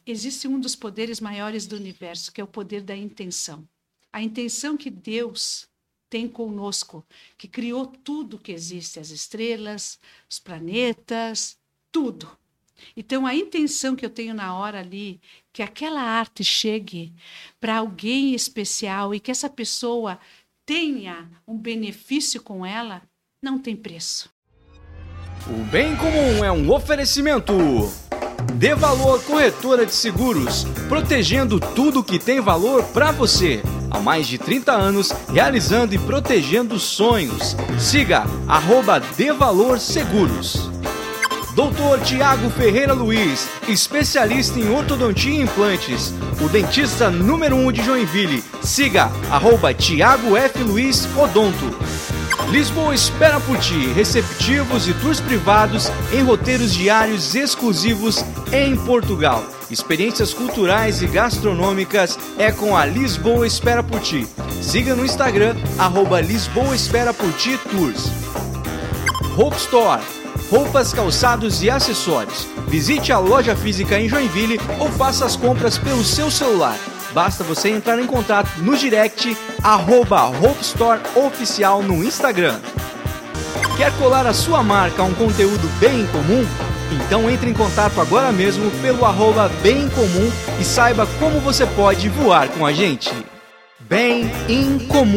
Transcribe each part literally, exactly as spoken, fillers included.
existe um dos poderes maiores do universo, que é o poder da intenção. A intenção que Deus tem conosco, que criou tudo que existe, as estrelas, os planetas, tudo. Então, a intenção que eu tenho na hora ali, que aquela arte chegue para alguém especial e que essa pessoa tenha um benefício com ela, não tem preço. O Bem Comum é um oferecimento. Dê Valor Corretora de Seguros, protegendo tudo que tem valor para você. Há mais de trinta anos, realizando e protegendo sonhos. Siga arroba Dê Valor Seguros. doutor Tiago Ferreira Luiz, especialista em ortodontia e implantes. O dentista número um de Joinville. Siga arroba Tiago F. Luiz Odonto. Lisboa espera por ti, receptivos e tours privados em roteiros diários exclusivos em Portugal. Experiências culturais e gastronômicas é com a Lisboa Espera por Ti. Siga no Instagram, arroba Lisboa Espera por Ti Tours. Hope Store, roupas, calçados e acessórios. Visite a loja física em Joinville ou faça as compras pelo seu celular. Basta você entrar em contato no direct, arroba Hope Store Oficial no Instagram. Quer colar a sua marca a um conteúdo bem comum? Então entre em contato agora mesmo pelo arroba Bem Comum e saiba como você pode voar com a gente. Bem em Comum.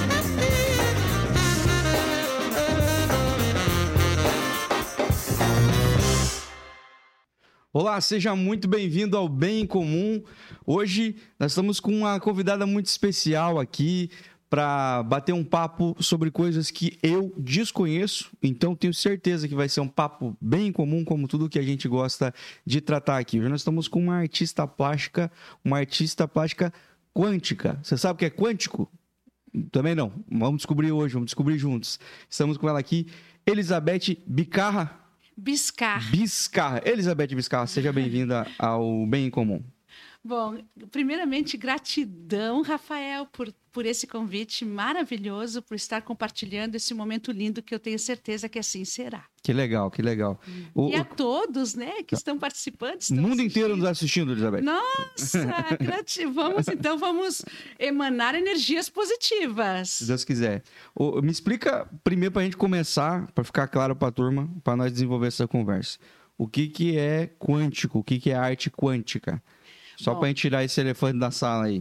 Olá, seja muito bem-vindo ao Bem em Comum. Hoje nós estamos com uma convidada muito especial aqui para bater um papo sobre coisas que eu desconheço, então tenho certeza que vai ser um papo bem comum, como tudo que a gente gosta de tratar aqui. Hoje nós estamos com uma artista plástica, uma artista plástica quântica. Você sabe o que é quântico? Também não. Vamos descobrir hoje, vamos descobrir juntos. Estamos com ela aqui, Elizabeth Bicarra. Biscar. Biscarra. Elizabeth Biscarra, seja bem-vinda ao Bem em Comum. Bom, primeiramente, gratidão, Rafael, por, por esse convite maravilhoso, por estar compartilhando esse momento lindo que eu tenho certeza que assim será. Que legal, que legal. O, e a todos, né, que estão participando. Estão o mundo assistindo. inteiro nos assistindo, Elizabeth. Nossa, gratidão. Vamos, então, vamos emanar energias positivas. Se Deus quiser. O, me explica, primeiro, para a gente começar, para ficar claro para a turma, para nós desenvolver essa conversa. O que, que é quântico? O que, que é arte quântica? Só para a gente tirar esse elefante da sala aí.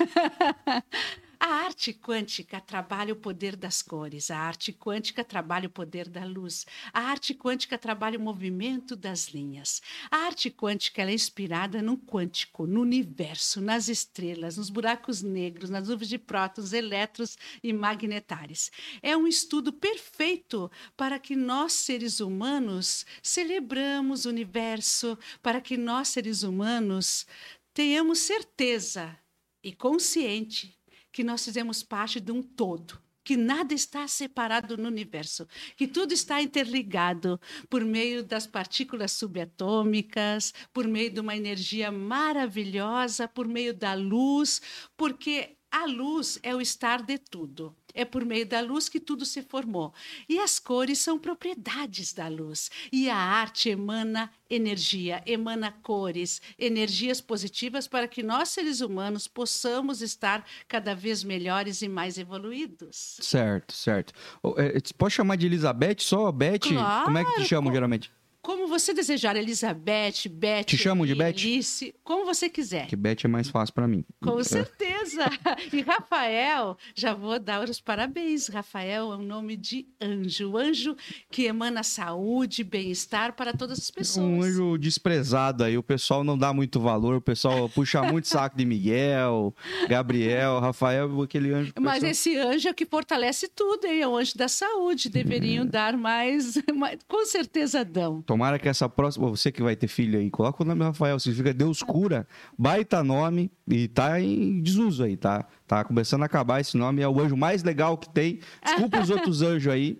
A arte quântica trabalha o poder das cores, a arte quântica trabalha o poder da luz, a arte quântica trabalha o movimento das linhas. A arte quântica ela é inspirada no quântico, no universo, nas estrelas, nos buracos negros, nas nuvens de prótons, elétrons e magnetários. É um estudo perfeito para que nós, seres humanos, celebramos o universo, para que nós, seres humanos, tenhamos certeza e consciente que nós fizemos parte de um todo, que nada está separado no universo, que tudo está interligado por meio das partículas subatômicas, por meio de uma energia maravilhosa, por meio da luz, porque a luz é o estar de tudo. É por meio da luz que tudo se formou. E as cores são propriedades da luz. E a arte emana energia, emana cores, energias positivas para que nós, seres humanos, possamos estar cada vez melhores e mais evoluídos. Certo, certo. Pode chamar de Elizabeth só? Beth? Claro. Como é que te chamam geralmente? Como você desejar, Elizabeth, Beth, te chamam de Beth? Alice, como você quiser. Que Beth é mais fácil para mim. Com certeza. E Rafael, já vou dar os parabéns. Rafael é um nome de anjo. Anjo que emana saúde, bem-estar para todas as pessoas. Um anjo desprezado aí. O pessoal não dá muito valor. O pessoal puxa muito saco de Miguel, Gabriel, Rafael, aquele anjo. Mas pessoal... esse anjo é que fortalece tudo, hein? É o anjo da saúde. Deveriam é. dar mais, mais... Com certeza dão. Tomara que essa próxima, você que vai ter filho aí, coloca o nome Rafael, significa Deus cura, baita nome e tá em desuso aí, tá? Tá começando a acabar esse nome, é o anjo mais legal que tem. Desculpa os outros anjos aí,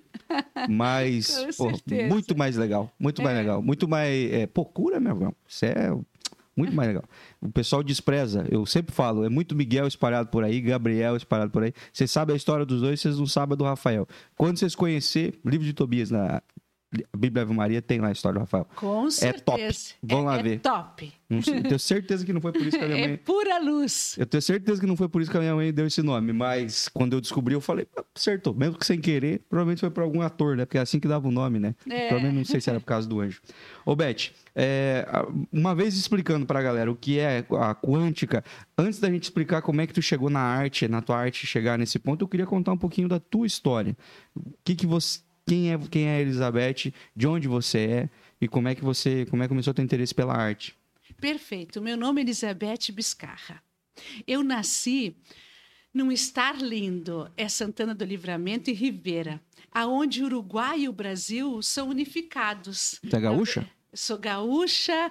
mas pô, muito mais legal, muito é. mais legal, muito mais, é, pô, cura, meu irmão, isso é muito mais legal. O pessoal despreza, eu sempre falo, é muito Miguel espalhado por aí, Gabriel espalhado por aí. Vocês sabem a história dos dois, vocês não sabem a do Rafael. Quando vocês conhecer, livro de Tobias na a Bíblia Ave Maria tem lá a história do Rafael. Com certeza. É top. Vamos é, lá ver. É top. Não sei, eu tenho certeza que não foi por isso que a minha mãe... É pura luz. Eu tenho certeza que não foi por isso que a minha mãe deu esse nome, mas quando eu descobri, eu falei, acertou. Mesmo que sem querer, provavelmente foi para algum ator, né? Porque é assim que dava o nome, né? É. Provavelmente não sei se era por causa do anjo. Ô, Beth, é, uma vez explicando pra galera o que é a quântica, antes da gente explicar como é que tu chegou na arte, na tua arte chegar nesse ponto, eu queria contar um pouquinho da tua história. O que que você... Quem é, quem é a Elizabeth, de onde você é e como é que você, como é que começou a ter interesse pela arte? Perfeito. Meu nome é Elizabeth Biscarra. Eu nasci num estar lindo, é Santana do Livramento e Rivera, aonde o Uruguai e o Brasil são unificados. Você é gaúcha? Sou gaúcha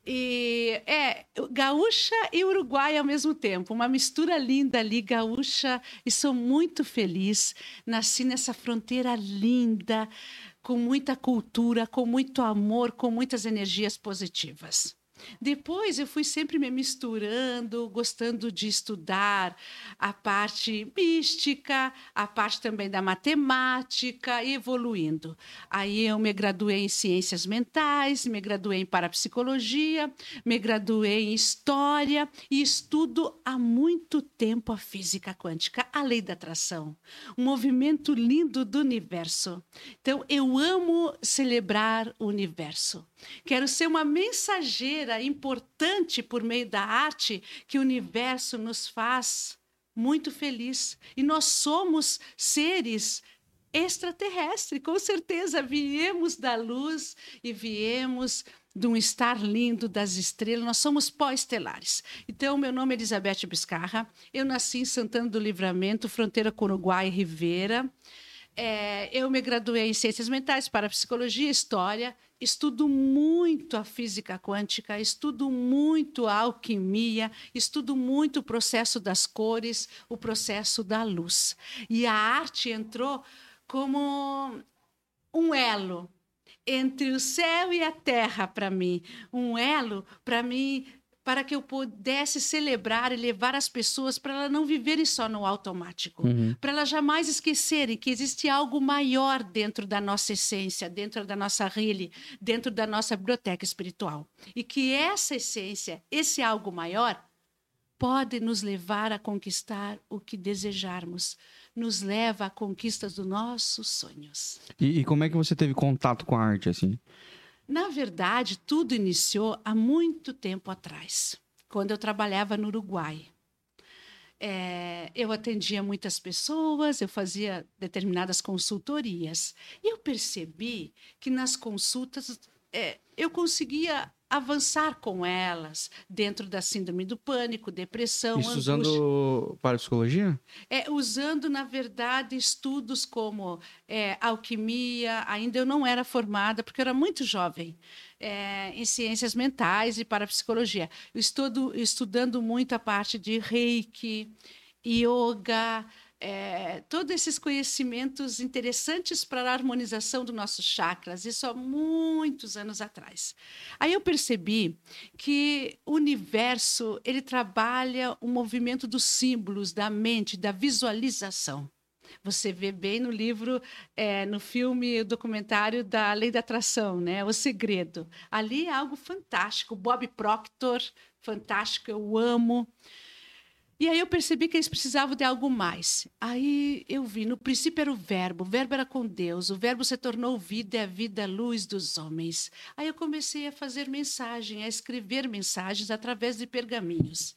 e é gaúcha e uruguaia ao mesmo tempo, uma mistura linda ali, gaúcha, e sou muito feliz. Nasci nessa fronteira linda, com muita cultura, com muito amor, com muitas energias positivas. Depois eu fui sempre me misturando, gostando de estudar a parte mística, a parte também da matemática, e evoluindo. Aí eu me graduei em ciências mentais, me graduei em parapsicologia, me graduei em história e estudo há muito tempo a física quântica, a lei da atração, um movimento lindo do universo. Então eu amo celebrar o universo. Quero ser uma mensageira importante por meio da arte que o universo nos faz muito feliz. E nós somos seres extraterrestres, com certeza. Viemos da luz e viemos de um estar lindo das estrelas. Nós somos pó-estelares. Então, meu nome é Elizabeth Biscarra. Eu nasci em Santana do Livramento, fronteira com Uruguai e Rivera. É, eu me graduei em Ciências Mentais, Parapsicologia e História. Estudo muito a física quântica, estudo muito a alquimia, estudo muito o processo das cores, o processo da luz. E a arte entrou como um elo entre o céu e a terra para mim. Um elo para mim, para que eu pudesse celebrar e levar as pessoas para elas não viverem só no automático, uhum. Para elas jamais esquecerem que existe algo maior dentro da nossa essência, dentro da nossa rede, dentro da nossa biblioteca espiritual. E que essa essência, esse algo maior, pode nos levar a conquistar o que desejarmos, nos leva à conquista dos nossos sonhos. E, e como é que você teve contato com a arte, assim? Na verdade, tudo iniciou há muito tempo atrás, quando eu trabalhava no Uruguai. É, eu atendia muitas pessoas, eu fazia determinadas consultorias. E eu percebi que nas consultas é, eu conseguia avançar com elas dentro da síndrome do pânico, depressão, Isso angústia. Usando parapsicologia? É, usando, na verdade, estudos como é, alquimia. Ainda eu não era formada, porque eu era muito jovem, é, em ciências mentais e parapsicologia. Eu estudo, estudando muito a parte de reiki, yoga, É, todos esses conhecimentos interessantes para a harmonização dos nossos chakras, isso há muitos anos atrás. Aí eu percebi que o universo ele trabalha o movimento dos símbolos, da mente, da visualização. Você vê bem no livro, é, no filme, o documentário da Lei da Atração, né? O Segredo. Ali é algo fantástico. Bob Proctor, fantástico, eu amo. E aí eu percebi que eles precisavam de algo mais. Aí eu vi, no princípio era o verbo, o verbo era com Deus, o verbo se tornou vida e a vida a luz dos homens. Aí eu comecei a fazer mensagem, a escrever mensagens através de pergaminhos.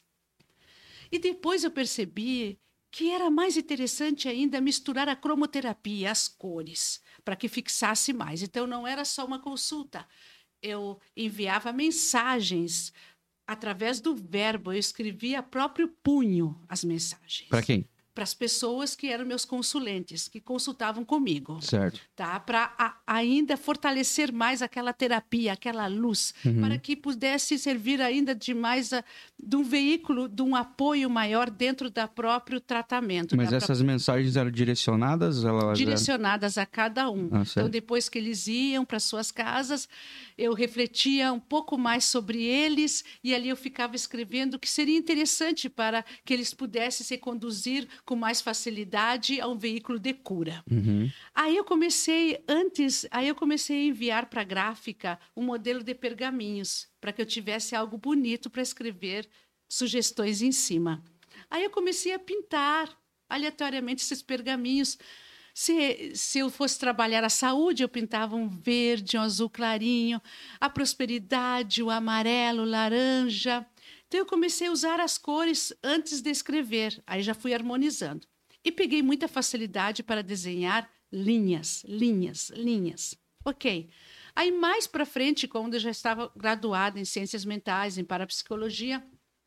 E depois eu percebi que era mais interessante ainda misturar a cromoterapia, as cores, para que fixasse mais. Então não era só uma consulta, eu enviava mensagens. Através do verbo, eu escrevia a próprio punho as mensagens. Para quem? Para as pessoas que eram meus consulentes, que consultavam comigo. Certo. Tá? Para ainda fortalecer mais aquela terapia, aquela luz, uhum. Para que pudesse servir ainda de mais a, de um veículo, de um apoio maior dentro do próprio tratamento. Mas essas própria... mensagens eram direcionadas? Elas direcionadas eram... a cada um. Ah, então, depois que eles iam para suas casas, eu refletia um pouco mais sobre eles e ali eu ficava escrevendo o que seria interessante para que eles pudessem se conduzir com mais facilidade a um veículo de cura. Uhum. Aí eu comecei, antes, aí eu comecei a enviar para a gráfica um modelo de pergaminhos, para que eu tivesse algo bonito para escrever sugestões em cima. Aí eu comecei a pintar aleatoriamente esses pergaminhos. Se, se eu fosse trabalhar a saúde, eu pintava um verde, um azul clarinho, a prosperidade, o amarelo, o laranja. Então, eu comecei a usar as cores antes de escrever. Aí já fui harmonizando. E peguei muita facilidade para desenhar linhas, linhas, linhas. Ok. Aí, mais para frente, quando eu já estava graduada em Ciências Mentais, em Parapsicologia,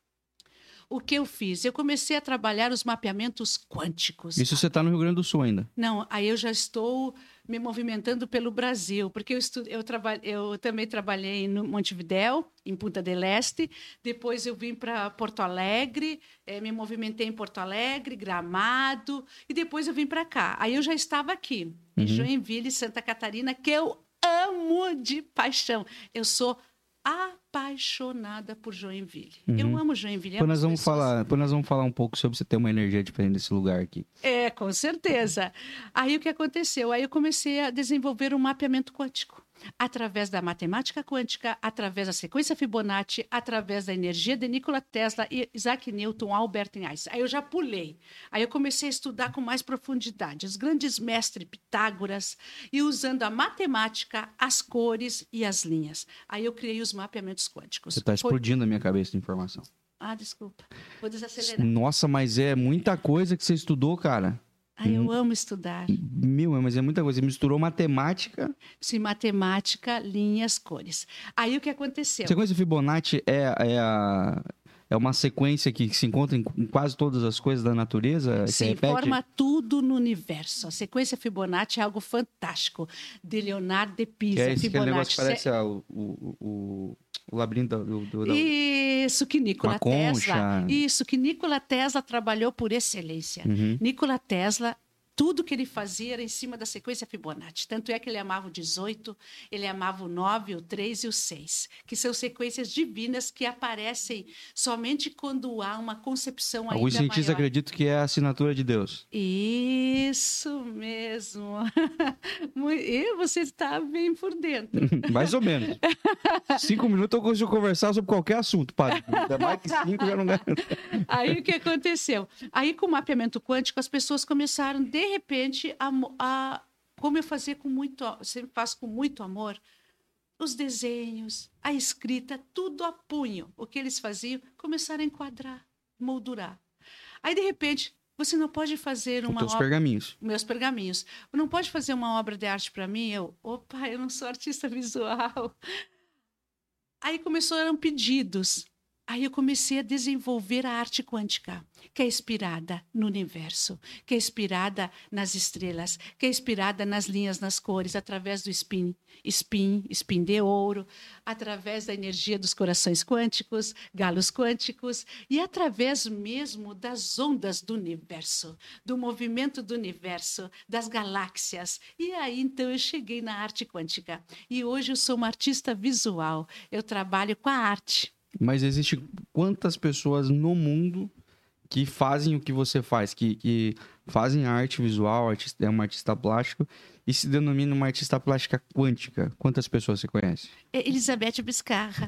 o que eu fiz? Eu comecei a trabalhar os mapeamentos quânticos. Isso você está no Rio Grande do Sul ainda? Não, aí eu já estou me movimentando pelo Brasil, porque eu, estu... eu, traba... eu também trabalhei em Montevidéu, em Punta del Este, depois eu vim para Porto Alegre, eh, me movimentei em Porto Alegre, Gramado, e depois eu vim para cá. Aí eu já estava aqui, em Uhum. Joinville, Santa Catarina, que eu amo de paixão. Eu sou apaixonada por Joinville. Uhum. Eu amo Joinville. Depois nós, vamos pessoas... falar, depois nós vamos falar um pouco sobre você ter uma energia diferente desse lugar aqui. É, com certeza. Aí o que aconteceu? Aí eu comecei a desenvolver um mapeamento quântico. Através da matemática quântica, através da sequência Fibonacci, através da energia de Nikola Tesla, Isaac Newton, Albert Einstein. Aí eu já pulei. Aí eu comecei a estudar com mais profundidade os grandes mestres Pitágoras e usando a matemática, as cores e as linhas. Aí eu criei os mapeamentos quânticos. Você está Foi... explodindo a minha cabeça de informação. Ah, desculpa. Vou desacelerar. Nossa, mas é muita coisa que você estudou, cara. Ah, eu amo estudar. Meu, mas é muita coisa. Você misturou matemática... Sim, matemática, linhas, cores. Aí o que aconteceu? Sequência Fibonacci é, é, a, é uma sequência que se encontra em, em quase todas as coisas da natureza? Que se repete? forma tudo no universo. A sequência Fibonacci é algo fantástico. De Leonardo de Pisa. Que é esse aquele Fibonacci. negócio que parece ah, o, o, o, o labirinto do... do, do... Isso, que Nikola Uma concha. Tesla. Isso, que Nikola Tesla trabalhou por excelência. Uhum. Nikola Tesla, tudo que ele fazia era em cima da sequência Fibonacci. Tanto é que ele amava o dezoito, ele amava o nove, o três e o seis, que são sequências divinas que aparecem somente quando há uma concepção ainda Alguns cientistas maior. acreditam que é a assinatura de Deus. Isso mesmo. E você está bem por dentro. Mais ou menos. Cinco minutos eu consigo conversar sobre qualquer assunto, padre. Ainda mais que cinco já não ganha. Aí o que aconteceu? Aí com o mapeamento quântico as pessoas começaram de repente a, a como eu fazia com muito, sempre faço com muito amor, os desenhos, a escrita, tudo a punho. O que eles faziam? Começaram a enquadrar, moldurar. Aí de repente você não pode fazer uma Teus obra... pergaminhos. Meus pergaminhos. Não pode fazer uma obra de arte para mim? Eu, opa, eu não sou artista visual. Aí começaram pedidos. Aí eu comecei a desenvolver a arte quântica, que é inspirada no universo, que é inspirada nas estrelas, que é inspirada nas linhas, nas cores, através do spin, spin, spin de ouro, através da energia dos corações quânticos, galos quânticos, e através mesmo das ondas do universo, do movimento do universo, das galáxias. E aí, então, eu cheguei na arte quântica. E hoje eu sou uma artista visual, eu trabalho com a arte. Mas existe quantas pessoas no mundo que fazem o que você faz, que, que fazem arte visual, artista, é uma artista plástico e se denomina uma artista plástica quântica? Quantas pessoas você conhece? Elizabeth Biscarra.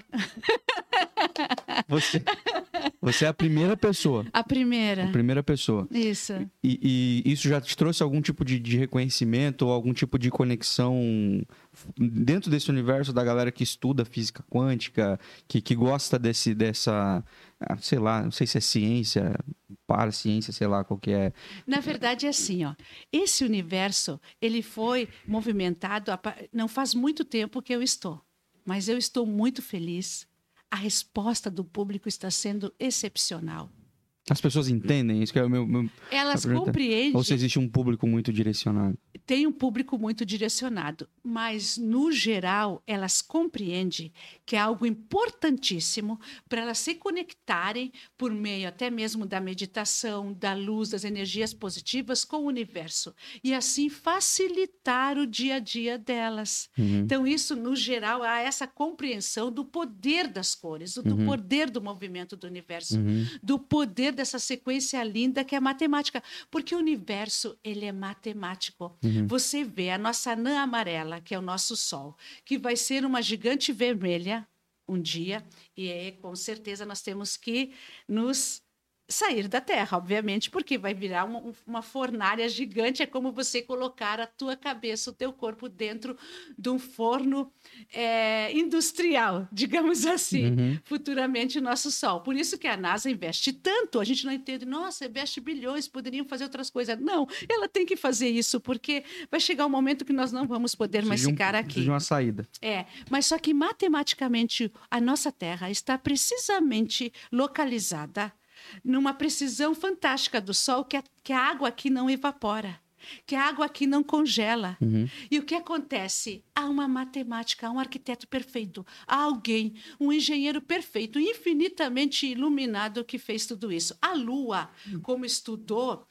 Você, você é a primeira pessoa. A primeira. A primeira pessoa. Isso. E, e isso já te trouxe algum tipo de, de reconhecimento ou algum tipo de conexão dentro desse universo da galera que estuda física quântica, que, que gosta desse, dessa, sei lá, não sei se é ciência, paraciência, sei lá qual que é. Na verdade é assim, ó. Esse universo, ele foi movimentado, não faz muito tempo que eu estou, mas eu estou muito feliz. A resposta do público está sendo excepcional. As pessoas entendem isso que é o meu, meu... Elas compreendem. Ou se existe um público muito direcionado? Tem um público muito direcionado, mas no geral elas compreendem que é algo importantíssimo para elas se conectarem por meio até mesmo da meditação, da luz, das energias positivas com o universo e assim facilitar o dia a dia delas. Uhum. Então isso no geral há essa compreensão do poder das cores, do uhum. poder do movimento do universo, uhum. do poder poder dessa sequência linda que é a matemática. Porque o universo, ele é matemático. Uhum. Você vê a nossa anã amarela, que é o nosso Sol, que vai ser uma gigante vermelha um dia, e é, com certeza nós temos que nos sair da Terra, obviamente, porque vai virar uma, uma fornalha gigante. É como você colocar a tua cabeça, o teu corpo dentro de um forno é, industrial, digamos assim, uhum. futuramente o nosso Sol. Por isso que a NASA investe tanto. A gente não entende, nossa, investe bilhões, poderiam fazer outras coisas. Não, ela tem que fazer isso, porque vai chegar um momento que nós não vamos poder mais um, ficar aqui. De uma saída. É, mas só que matematicamente a nossa Terra está precisamente localizada numa precisão fantástica do Sol, que a, que a água aqui não evapora, que a água aqui não congela. Uhum. E o que acontece? Há uma matemática, há um arquiteto perfeito, há alguém, um engenheiro perfeito, infinitamente iluminado que fez tudo isso. A Lua, como estudou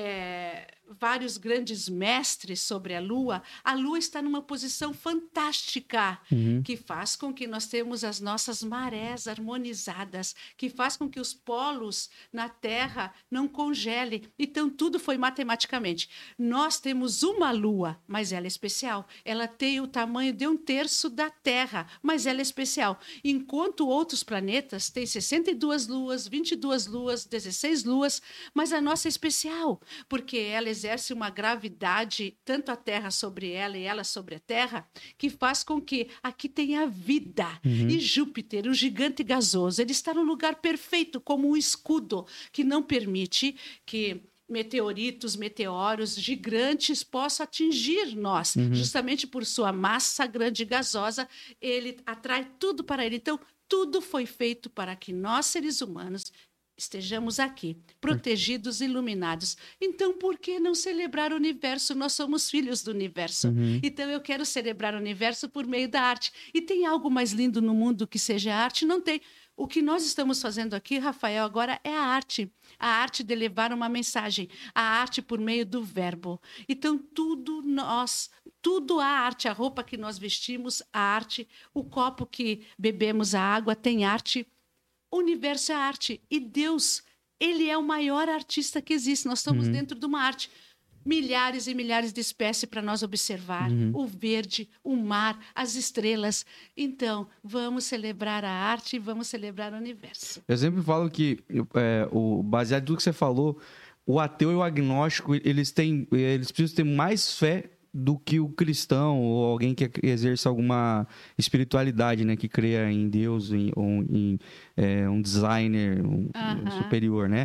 é, vários grandes mestres sobre a Lua, a Lua está numa posição fantástica, uhum. que faz com que nós temos as nossas marés harmonizadas, que faz com que os polos na Terra não congelem. Então, tudo foi matematicamente. Nós temos uma Lua, mas ela é especial. Ela tem o tamanho de um terço da Terra, mas ela é especial. Enquanto outros planetas têm sessenta e duas luas, vinte e duas luas, dezesseis luas, mas a nossa é especial, porque ela exerce uma gravidade, tanto a Terra sobre ela e ela sobre a Terra, que faz com que aqui tenha vida. Uhum. E Júpiter, o gigante gasoso, ele está no lugar perfeito, como um escudo, que não permite que meteoritos, meteoros gigantes possam atingir nós. Uhum. Justamente por sua massa grande e gasosa, ele atrai tudo para ele. Então, tudo foi feito para que nós, seres humanos, estejamos aqui, protegidos e iluminados. Então, por que não celebrar o universo? Nós somos filhos do universo. Uhum. Então, eu quero celebrar o universo por meio da arte. E tem algo mais lindo no mundo que seja arte? Não tem. O que nós estamos fazendo aqui, Rafael, agora é a arte. A arte de levar uma mensagem. A arte por meio do verbo. Então, tudo nós, tudo a arte. A roupa que nós vestimos, a arte. O copo que bebemos a água tem arte. O universo é arte. E Deus, ele é o maior artista que existe. Nós estamos uhum. dentro de uma arte. Milhares e milhares de espécies para nós observar. Uhum. O verde, o mar, as estrelas. Então, vamos celebrar a arte e vamos celebrar o universo. Eu sempre falo que, é, o, baseado em tudo que você falou, o ateu e o agnóstico, eles, têm, eles precisam ter mais fé do que o cristão ou alguém que exerce alguma espiritualidade, né? Que creia em Deus, em, ou em é, um designer um, uh-huh. um superior, né?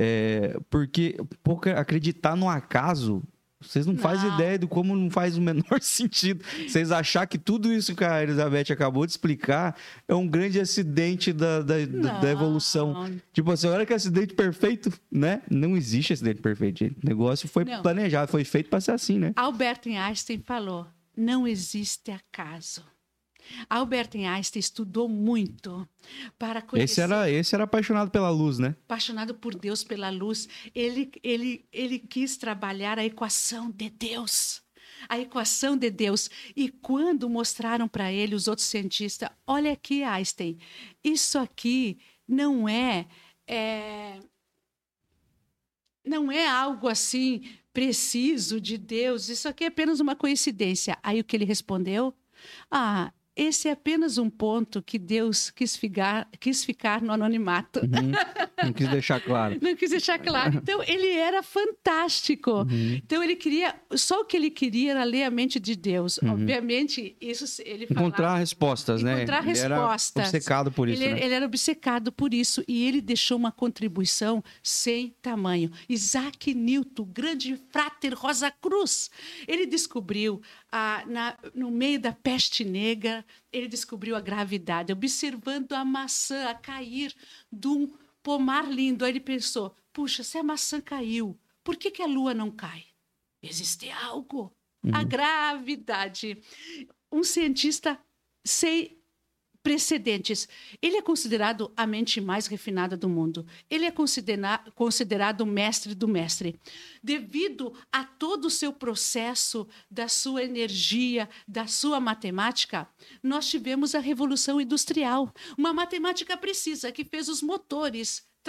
É, porque pouca, acreditar no acaso, vocês não, não fazem ideia de como não faz o menor sentido. Vocês achar que tudo isso que a Elizabeth acabou de explicar é um grande acidente da, da, da evolução. Tipo assim, olha que acidente perfeito, né? Não existe acidente perfeito, gente. O negócio foi não. planejado, foi feito para ser assim, né? Albert Einstein falou, não existe acaso. Albert Einstein estudou muito para conhecer... Esse era, esse era apaixonado pela luz, né? Apaixonado por Deus, pela luz. Ele, ele, ele quis trabalhar a equação de Deus. A equação de Deus. E quando mostraram para ele os outros cientistas, olha aqui, Einstein, isso aqui não é, é não é algo assim preciso de Deus, isso aqui é apenas uma coincidência. Aí o que ele respondeu? Ah, esse é apenas um ponto que Deus quis ficar, quis ficar no anonimato. Uhum. Não quis deixar claro. Não quis deixar claro. Então, ele era fantástico. Uhum. Então, ele queria... Só o que ele queria era ler a mente de Deus. Uhum. Obviamente, isso ele falava... Encontrar respostas, né? Encontrar ele respostas. Era obcecado por isso, ele, né? ele era obcecado por isso. E ele deixou uma contribuição sem tamanho. Isaac Newton, grande fráter Rosa Cruz, ele descobriu, ah, na, no meio da peste negra, ele descobriu a gravidade, observando a maçã a cair de um pomar lindo. Aí ele pensou, puxa, se a maçã caiu, por que, que a lua não cai? Existe algo. Uhum. A gravidade. Um cientista sem precedentes. Ele é considerado a mente mais refinada do mundo. Ele é considera- considerado o mestre do mestre. Devido a todo o seu processo, da sua energia, da sua matemática, nós tivemos a Revolução Industrial. Uma matemática precisa que fez os motores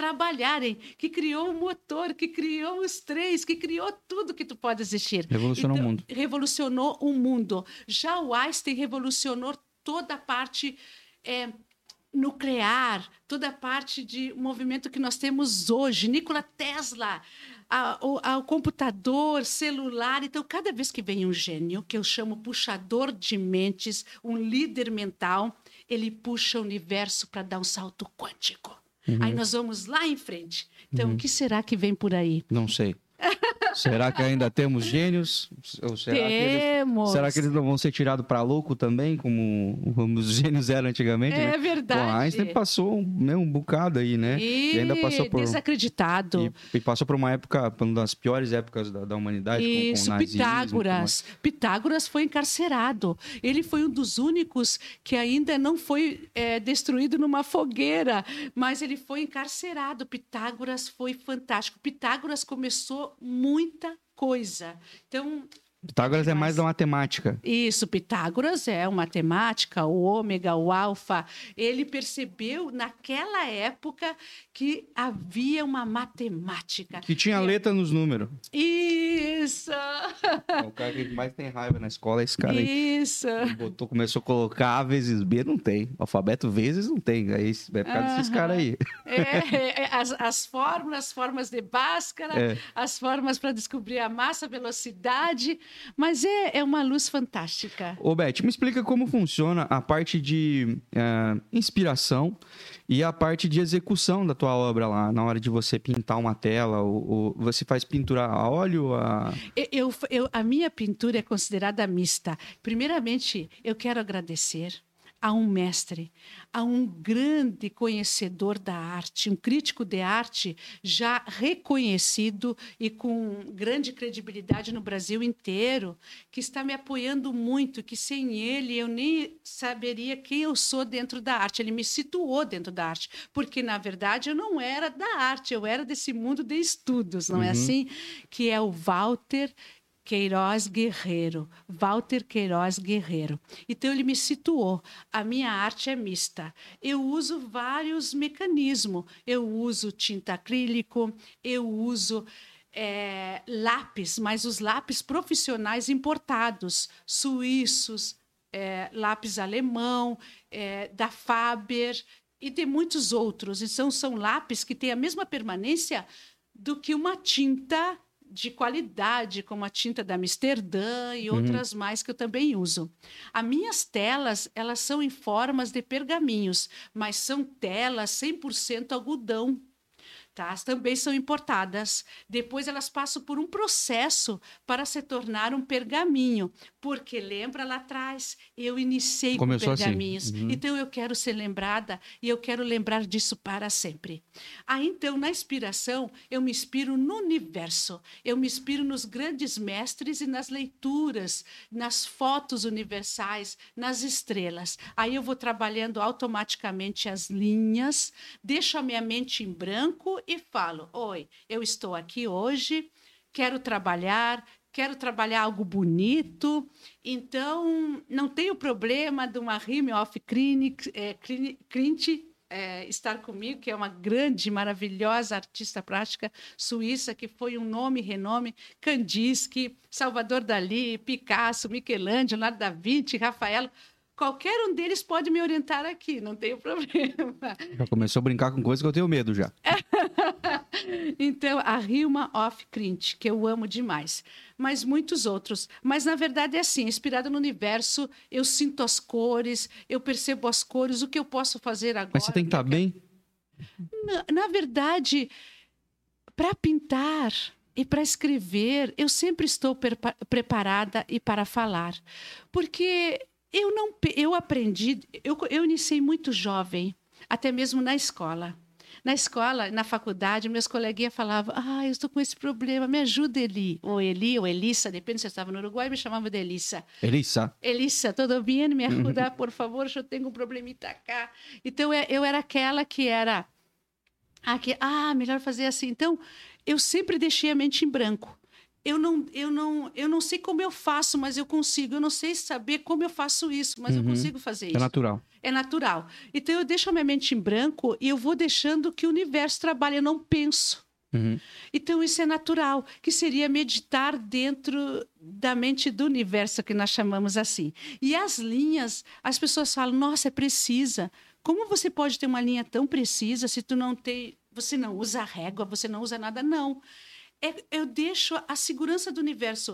trabalharem, que criou o motor, que criou os trens, que criou tudo que tu pode existir. Revolucionou então, o mundo. Revolucionou o mundo. Já o Einstein revolucionou toda a parte é, nuclear, toda a parte de movimento que nós temos hoje. Nikola Tesla, a, o, a, o computador, celular. Então, cada vez que vem um gênio, que eu chamo puxador de mentes, um líder mental, ele puxa o universo para dar um salto quântico. Uhum. Aí nós vamos lá em frente. Então, uhum. o que será que vem por aí? Não sei. Será que ainda temos gênios? Ou será temos! Que eles, será que eles não vão ser tirados para louco também, como, como os gênios eram antigamente? É né? verdade. Bom, Einstein passou né, um bocado aí, né? E, e ainda passou por... desacreditado. E, e passou por uma época, uma das piores épocas da, da humanidade. Isso, com, com nazismo, Pitágoras. com... Pitágoras foi encarcerado. Ele foi um dos únicos que ainda não foi é, destruído numa fogueira, mas ele foi encarcerado. Pitágoras foi fantástico. Pitágoras começou muita coisa. Então... Pitágoras é mais da matemática. Isso, Pitágoras é uma matemática, o ômega, o alfa. Ele percebeu naquela época que havia uma matemática. Que tinha e... letra nos números. Isso! É o cara que mais tem raiva na escola é esse cara aí. Isso! Ele botou, começou a colocar A vezes B, não tem. Alfabeto vezes não tem. Aí é por causa uh-huh. desses caras aí. É, é, as, as fórmulas, as formas de Bhaskara, é. as formas para descobrir a massa, a velocidade... Mas é, é uma luz fantástica. Ô, Beth, me explica como funciona a parte de uh, inspiração e a parte de execução da tua obra lá, na hora de você pintar uma tela. Ou, ou você faz pintura a óleo? A... Eu, eu, a minha pintura é considerada mista. Primeiramente, eu quero agradecer a um mestre, a um grande conhecedor da arte, um crítico de arte já reconhecido e com grande credibilidade no Brasil inteiro, que está me apoiando muito, que sem ele eu nem saberia quem eu sou dentro da arte. Ele me situou dentro da arte, porque, na verdade, eu não era da arte, eu era desse mundo de estudos, não uhum. é assim? Que é o Walter Queiroz Guerreiro, Walter Queiroz Guerreiro. Então, ele me situou. A minha arte é mista. Eu uso vários mecanismos. Eu uso tinta acrílico, eu uso é, lápis, mas os lápis profissionais importados, suíços, é, lápis alemão, é, da Faber, e tem muitos outros. Então, são lápis que têm a mesma permanência do que uma tinta de qualidade, como a tinta da Amsterdã e outras uhum. mais que eu também uso. As minhas telas, elas são em formas de pergaminhos, mas são telas cem por cento algodão. Tá? Também são importadas. Depois elas passam por um processo para se tornar um pergaminho, porque lembra lá atrás, eu iniciei Começou com pergaminhos. Assim. Uhum. Então eu quero ser lembrada e eu quero lembrar disso para sempre. Aí então, na inspiração, eu me inspiro no universo, eu me inspiro nos grandes mestres e nas leituras, nas fotos universais, nas estrelas. Aí eu vou trabalhando automaticamente as linhas, deixo a minha mente em branco e falo, oi, eu estou aqui hoje, quero trabalhar, quero trabalhar algo bonito, então não tenho problema de uma Rime of Clint é, é, estar comigo, que é uma grande, maravilhosa artista plástica suíça, que foi um nome e renome, Kandinsky, Salvador Dalí, Picasso, Michelangelo, Leonardo da Vinci, Rafael... Qualquer um deles pode me orientar aqui, não tenho problema. Já começou a brincar com coisas que eu tenho medo já. Então, a Hilma of Klint, que eu amo demais. Mas muitos outros. Mas, na verdade, é assim, inspirada no universo, eu sinto as cores, eu percebo as cores, o que eu posso fazer agora. Mas você tem que estar bem? Na, na verdade, para pintar e para escrever, eu sempre estou prepa- preparada e para falar. Porque... Eu, não, eu aprendi, eu, eu iniciei muito jovem, até mesmo na escola. Na escola, na faculdade, meus coleguinhas falavam, ah, eu estou com esse problema, me ajuda, Eli. Ou Eli, ou Elissa, depende se eu estava no Uruguai, me chamavam de Elissa. Elissa. Elissa, tudo bem? Me ajuda, por favor, eu tenho um problemita cá. Então, eu era aquela que era, aqui, ah, melhor fazer assim. Então, eu sempre deixei a mente em branco. Eu não, eu, não, eu não sei como eu faço, mas eu consigo. Eu não sei saber como eu faço isso, mas uhum. eu consigo fazer isso. É natural. É natural. Então, eu deixo a minha mente em branco e eu vou deixando que o universo trabalhe. Eu não penso. Uhum. Então, isso é natural, que seria meditar dentro da mente do universo, que nós chamamos assim. E as linhas, as pessoas falam, nossa, é precisa. Como você pode ter uma linha tão precisa se tu não tem, você não usa régua, você não usa nada? Não. É, eu deixo a segurança do universo.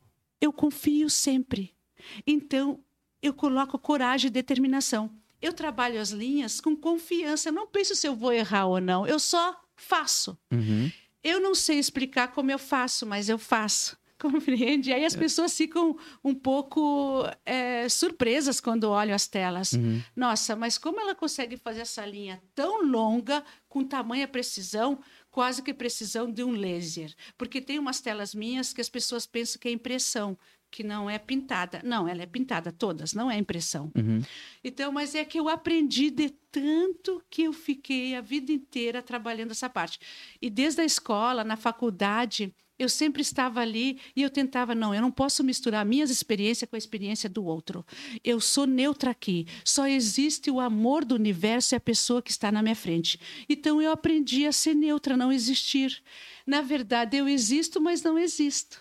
Eu confio sempre. Então, eu coloco coragem e determinação. Eu trabalho as linhas com confiança. Eu não penso se eu vou errar ou não. Eu só faço. Uhum. Eu não sei explicar como eu faço, mas eu faço. Compreende? E aí as pessoas ficam um pouco é, surpresas quando olham as telas. Uhum. Nossa, mas como ela consegue fazer essa linha tão longa, com tamanha precisão, quase que precisão de um laser? Porque tem umas telas minhas que as pessoas pensam que é impressão, que não é pintada. Não, ela é pintada, todas, não é impressão. Uhum. Então, mas é que eu aprendi de tanto que eu fiquei a vida inteira trabalhando essa parte. E desde a escola, na faculdade, eu sempre estava ali e eu tentava, não, eu não posso misturar minhas experiências com a experiência do outro. Eu sou neutra aqui. Só existe o amor do universo e a pessoa que está na minha frente. Então, eu aprendi a ser neutra, não existir. Na verdade, eu existo, mas não existo.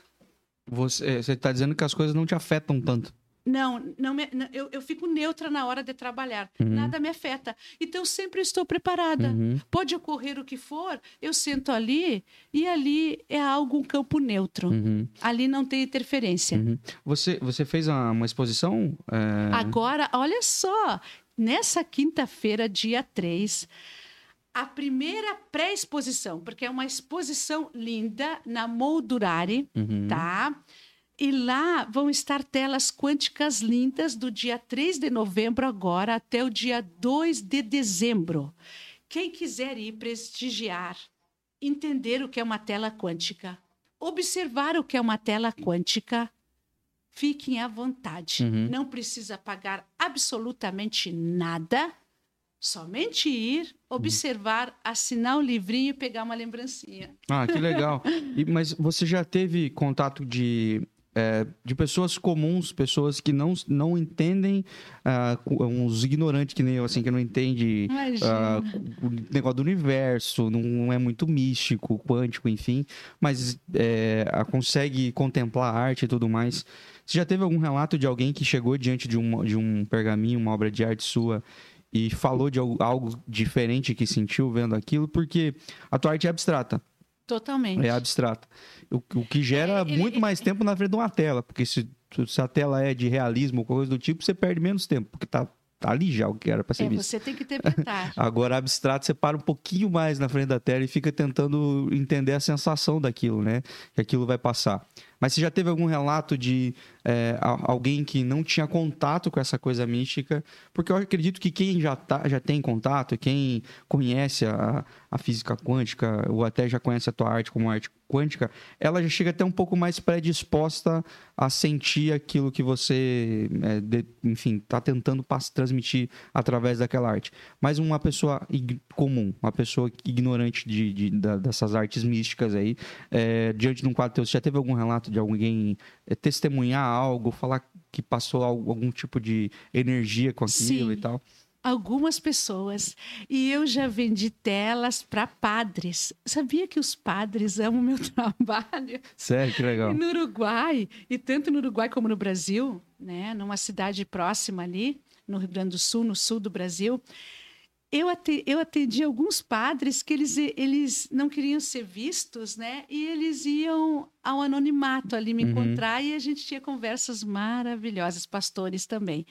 Você está dizendo que as coisas não te afetam tanto. Não, não me, não, eu, eu fico neutra na hora de trabalhar. Uhum. Nada me afeta. Então, eu sempre estou preparada. Uhum. Pode ocorrer o que for, eu sento ali e ali é algo, um campo neutro. Uhum. Ali não tem interferência. Uhum. Você, você fez uma, uma exposição? É... Agora, olha só, nessa quinta-feira, dia três, a primeira pré-exposição, porque é uma exposição linda na Moldurari, Uhum. tá? E lá vão estar telas quânticas lindas do dia três de novembro agora até o dia dois de dezembro. Quem quiser ir prestigiar, entender o que é uma tela quântica, observar o que é uma tela quântica, fiquem à vontade. Uhum. Não precisa pagar absolutamente nada, somente ir, observar, assinar um livrinho e pegar uma lembrancinha. Ah, que legal. E, mas você já teve contato de... É, de pessoas comuns, pessoas que não, não entendem, uh, uns ignorantes que nem eu, assim, que não entende uh, o negócio do universo, não é muito místico, quântico, enfim, mas é, consegue contemplar a arte e tudo mais. Você já teve algum relato de alguém que chegou diante de um, de um pergaminho, uma obra de arte sua, e falou de algo, algo diferente que sentiu vendo aquilo? Porque a tua arte é abstrata. Totalmente. É abstrata. O, o que gera É, ele, muito ele, mais tempo na frente de uma tela, porque se, se a tela é de realismo ou coisa do tipo, você perde menos tempo, porque tá, tá ali já o que era para ser é, visto. Você tem que interpretar. Agora, abstrato, você para um pouquinho mais na frente da tela e fica tentando entender a sensação daquilo, né? Que aquilo vai passar. Mas você já teve algum relato de é, alguém que não tinha contato com essa coisa mística? Porque eu acredito que quem já, tá, já tem contato, quem conhece a, a física quântica, ou até já conhece a tua arte como arte quântica, ela já chega até um pouco mais predisposta a sentir aquilo que você, é, de, enfim, está tentando transmitir através daquela arte. Mas uma pessoa comum, uma pessoa ignorante de, de, de, dessas artes místicas aí, é, diante de um quadro teu, você já teve algum relato de alguém é, testemunhar algo, falar que passou algum tipo de energia com aquilo? Sim, e tal? Algumas pessoas. E eu já vendi telas para padres. Sabia que os padres amam o meu trabalho? Sério? Que legal. E no Uruguai, e tanto no Uruguai como no Brasil, né, numa cidade próxima ali, no Rio Grande do Sul, no sul do Brasil, Eu atendi, eu atendi alguns padres que eles, eles não queriam ser vistos, né? E eles iam ao anonimato ali me encontrar, uhum. E a gente tinha conversas maravilhosas, pastores também.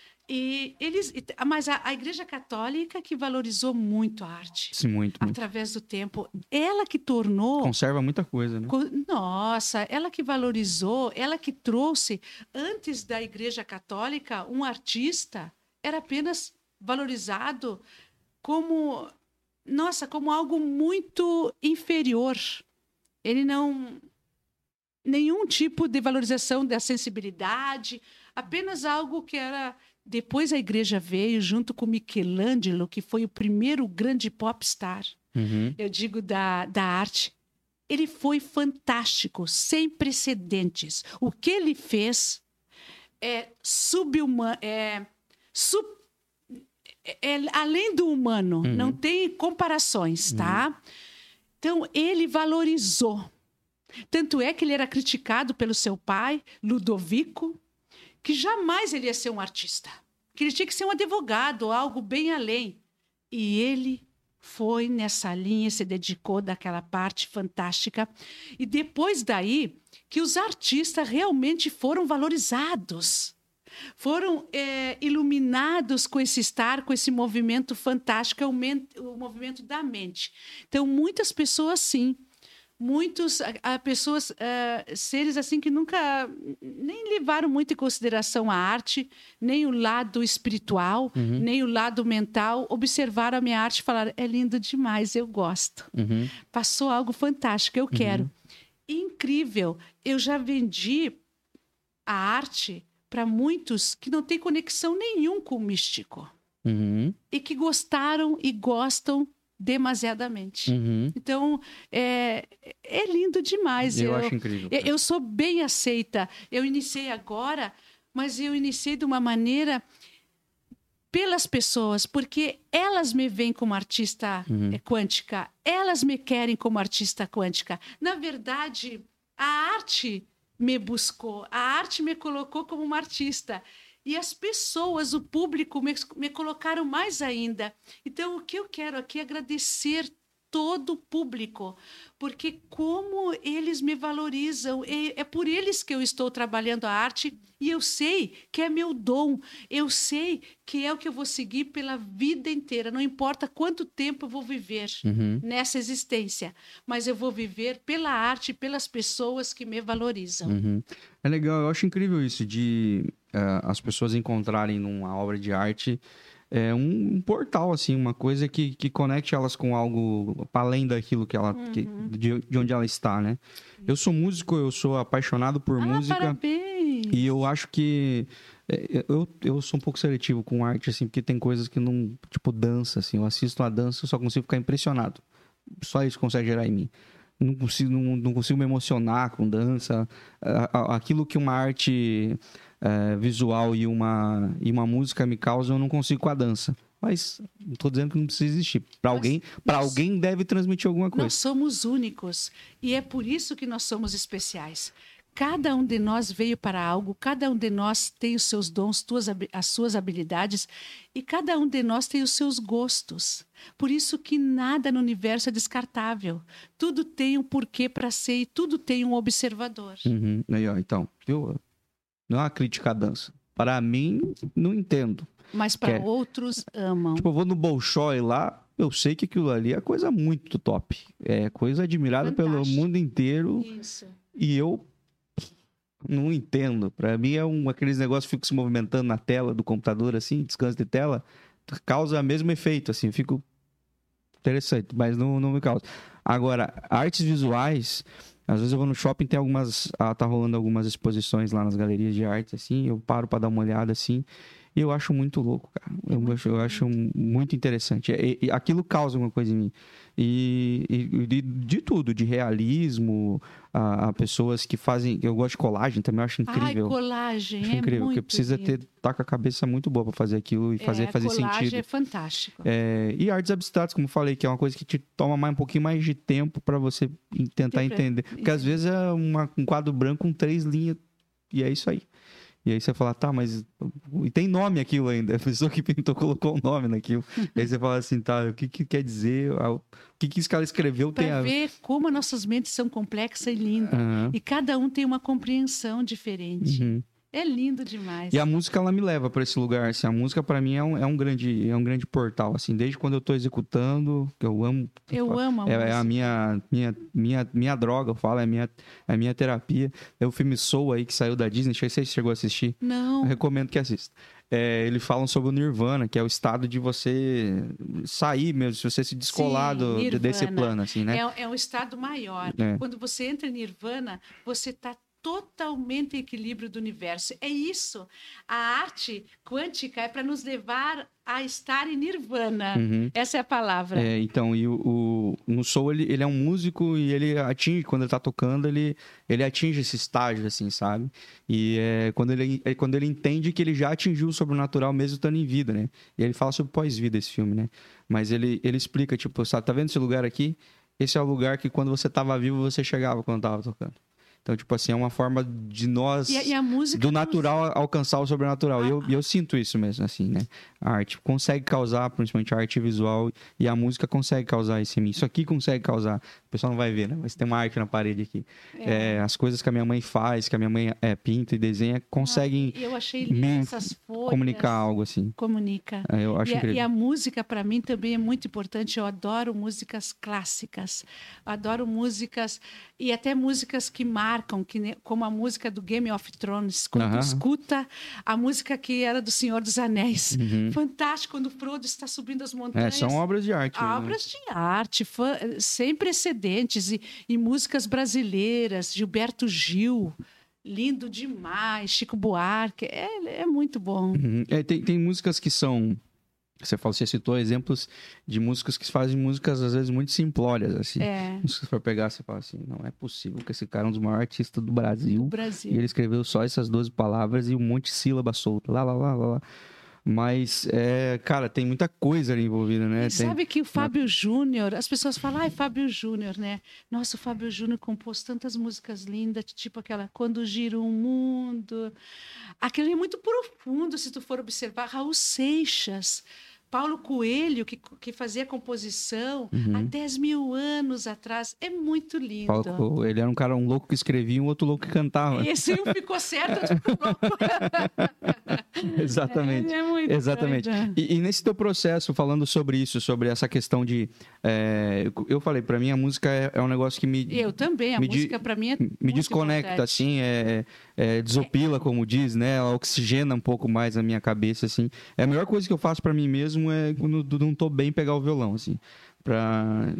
E eles, mas a, a Igreja Católica que valorizou muito a arte. Sim, muito, muito. Através do tempo. Ela que tornou... Conserva muita coisa, né? Nossa, ela que valorizou, ela que trouxe... Antes da Igreja Católica, um artista era apenas valorizado... como, nossa, como algo muito inferior. Ele não... Nenhum tipo de valorização da sensibilidade, apenas algo que era... Depois a igreja veio junto com Michelangelo, que foi o primeiro grande popstar, uhum. eu digo, da, da arte. Ele foi fantástico, sem precedentes. O que ele fez é subhumano, é... Sub, é além do humano, uhum. não tem comparações, tá? Uhum. Então, ele valorizou. Tanto é que ele era criticado pelo seu pai, Ludovico, que jamais ele ia ser um artista. Que ele tinha que ser um advogado, algo bem além. E ele foi nessa linha, se dedicou daquela parte fantástica. E depois daí, que os artistas realmente foram valorizados. Foram é, iluminados com esse estar, com esse movimento fantástico, é o, o movimento da mente. Então, muitas pessoas, sim, muitos a, a pessoas, uh, seres assim que nunca nem levaram muito em consideração a arte, nem o lado espiritual, uhum. nem o lado mental, observaram a minha arte e falaram, é lindo demais, eu gosto. Uhum. Passou algo fantástico, eu uhum. quero. Incrível, eu já vendi a arte para muitos que não têm conexão nenhum com o místico. Uhum. E que gostaram e gostam demasiadamente. Uhum. Então, é, é lindo demais. Eu, eu acho incrível. Eu, eu sou bem aceita. Eu iniciei agora, mas eu iniciei de uma maneira pelas pessoas, porque elas me veem como artista uhum. quântica, elas me querem como artista quântica. Na verdade, a arte me buscou, a arte me colocou como uma artista. E as pessoas, o público, me, me colocaram mais ainda. Então, o que eu quero aqui é agradecer todo o público, porque como eles me valorizam, é, é por eles que eu estou trabalhando a arte, e eu sei que é meu dom, eu sei que é o que eu vou seguir pela vida inteira, não importa quanto tempo eu vou viver uhum. nessa existência, mas eu vou viver pela arte, pelas pessoas que me valorizam. Uhum. É legal, eu acho incrível isso, de uh, as pessoas encontrarem numa obra de arte é um, um portal, assim, uma coisa que, que conecte elas com algo para além daquilo que ela, uhum. que, de, de onde ela está, né? Eu sou músico, eu sou apaixonado por ah, música. Parabéns! E eu acho que eu, eu sou um pouco seletivo com arte, assim, porque tem coisas que não, tipo dança, assim, eu assisto a dança, eu só consigo ficar impressionado. Só isso consegue gerar em mim. Não consigo, não, não consigo me emocionar com dança. Aquilo que uma arte é, visual e uma, e uma música me causam, eu não consigo com a dança. Mas não estou dizendo que não precisa existir. Para alguém, para alguém deve transmitir alguma coisa. Nós somos únicos e é por isso que nós somos especiais. Cada um de nós veio para algo, cada um de nós tem os seus dons, as suas habilidades, e cada um de nós tem os seus gostos. Por isso que nada no universo é descartável. Tudo tem um porquê para ser e tudo tem um observador. Uhum. Aí, ó, então, viu? Não é uma crítica à dança. Para mim, não entendo. Mas para é, outros, amam. Tipo, eu vou no Bolshoi lá, eu sei que aquilo ali é coisa muito top. É coisa admirada Fantástico. Pelo mundo inteiro. Isso. E eu não entendo. Para mim é um aqueles negócios que ficam se movimentando na tela do computador, assim, descanso de tela, causa o mesmo efeito, assim, fico interessante, mas não, não me causa. Agora, artes visuais, às vezes eu vou no shopping, tem algumas, ah, tá rolando algumas exposições lá nas galerias de arte, assim, eu paro para dar uma olhada, assim, e eu acho muito louco, cara. É eu, muito acho, eu acho muito interessante. E, e, aquilo causa alguma coisa em mim. E, e de, de tudo, de realismo, a, a pessoas que fazem... Eu gosto de colagem também, eu acho incrível. Ai, colagem, acho é incrível, muito porque precisa lindo. ter, tá com a cabeça muito boa para fazer aquilo e fazer, é, fazer colagem sentido. É fantástico. É, e artes abstratas, como eu falei, que é uma coisa que te toma mais, um pouquinho mais de tempo para você tentar Tem entender. Pra... Porque às vezes é uma, um quadro branco com três linhas e é isso aí. E aí você fala, tá, mas... E tem nome aquilo ainda. A pessoa que pintou colocou o nome naquilo. E aí você fala assim, tá, o que, que quer dizer? O que, que esse cara escreveu pra tem a... ver como as nossas mentes são complexas e lindas. Uhum. E cada um tem uma compreensão diferente. Uhum. É lindo demais. E a música, ela me leva para esse lugar. Assim, a música, para mim, é um, é, um grande, é um grande portal. Assim, desde quando eu tô executando, que eu amo... Eu falo, amo a é, música. É a minha, minha, minha, minha droga, eu falo. É a minha, é a minha terapia. É o filme Soul aí, que saiu da Disney. Não sei se você chegou a assistir. Não. Eu recomendo que assista. É, eles falam sobre o Nirvana, que é o estado de você sair mesmo, se você se descolar Sim, do, desse plano, assim, né? É, é um estado maior. É. Quando você entra em Nirvana, você está totalmente em equilíbrio do universo. É isso. A arte quântica é para nos levar a estar em nirvana. Uhum. Essa é a palavra. É, então, e o, o, no Soul, ele, ele é um músico e ele atinge, quando ele tá tocando, ele, ele atinge esse estágio, assim, sabe? E é quando ele, é quando ele entende que ele já atingiu o sobrenatural mesmo estando em vida, né? E ele fala sobre pós-vida esse filme, né? Mas ele, ele explica, tipo, sabe, tá vendo esse lugar aqui? Esse é o lugar que quando você tava vivo, você chegava quando tava tocando. Então, tipo assim, é uma forma de nós, E a, e a música do nos- natural, alcançar o sobrenatural. E eu, e eu sinto isso mesmo, assim, né? A arte consegue causar, principalmente a arte visual, e a música consegue causar isso em mim. Isso aqui consegue causar. O pessoal não vai ver, né? Mas tem uma arte na parede aqui. É. É, as coisas que a minha mãe faz, que a minha mãe é, pinta e desenha, conseguem Eu achei me lindas essas folhas. comunicar algo, assim. Comunica. É, eu acho E a, incrível. e a música, para mim, também é muito importante. Eu adoro músicas clássicas. Adoro músicas, e até músicas que marcam, que, ne- como a música do Game of Thrones. Quando Aham. tu escuta a música que era do Senhor dos Anéis. Uhum. Fantástico, quando o Frodo está subindo as É, montanhas. são obras de arte. né? Obras de arte, fã- sem precedentes, e, e músicas brasileiras, Gilberto Gil, lindo demais, Chico Buarque, é, é muito bom. Uhum. É, tem, tem músicas que são. Você falou, você citou exemplos de músicos que fazem músicas, às vezes, muito simplórias, assim. É, Se você for pegar, você fala assim, não é possível que esse cara é um dos maiores artistas do do Brasil. Brasil. E ele escreveu só essas doze palavras e um monte de sílaba solta. Lá, lá, lá, lá, lá. Mas, é, cara, tem muita coisa ali envolvida, né? E Tem- sabe que o Fábio Júnior, as pessoas falam, ai, Fábio Júnior, né? Nossa, o Fábio Júnior compôs tantas músicas lindas, tipo aquela Quando Gira o Mundo. Aquilo é muito profundo, se tu for observar. Raul Seixas, Paulo Coelho, que, que fazia composição Uhum. há dez mil anos atrás. É muito lindo. Paulo- ele era um cara, um louco que escrevia e um outro louco que cantava. Esse um ficou certo, outro ficou louco. Exatamente. É muito Exatamente. doido. E, e nesse teu processo, falando sobre isso, sobre essa questão de... é, eu- eu falei, pra mim a música é, é um negócio que me... Eu também, a Me di- música para mim é me muito desconecta, importante. assim, é, é, desopila, como diz, né? Ela oxigena um pouco mais a minha cabeça, assim. É a melhor coisa que eu faço pra mim mesmo é quando eu não tô bem pegar o violão, assim. Pra,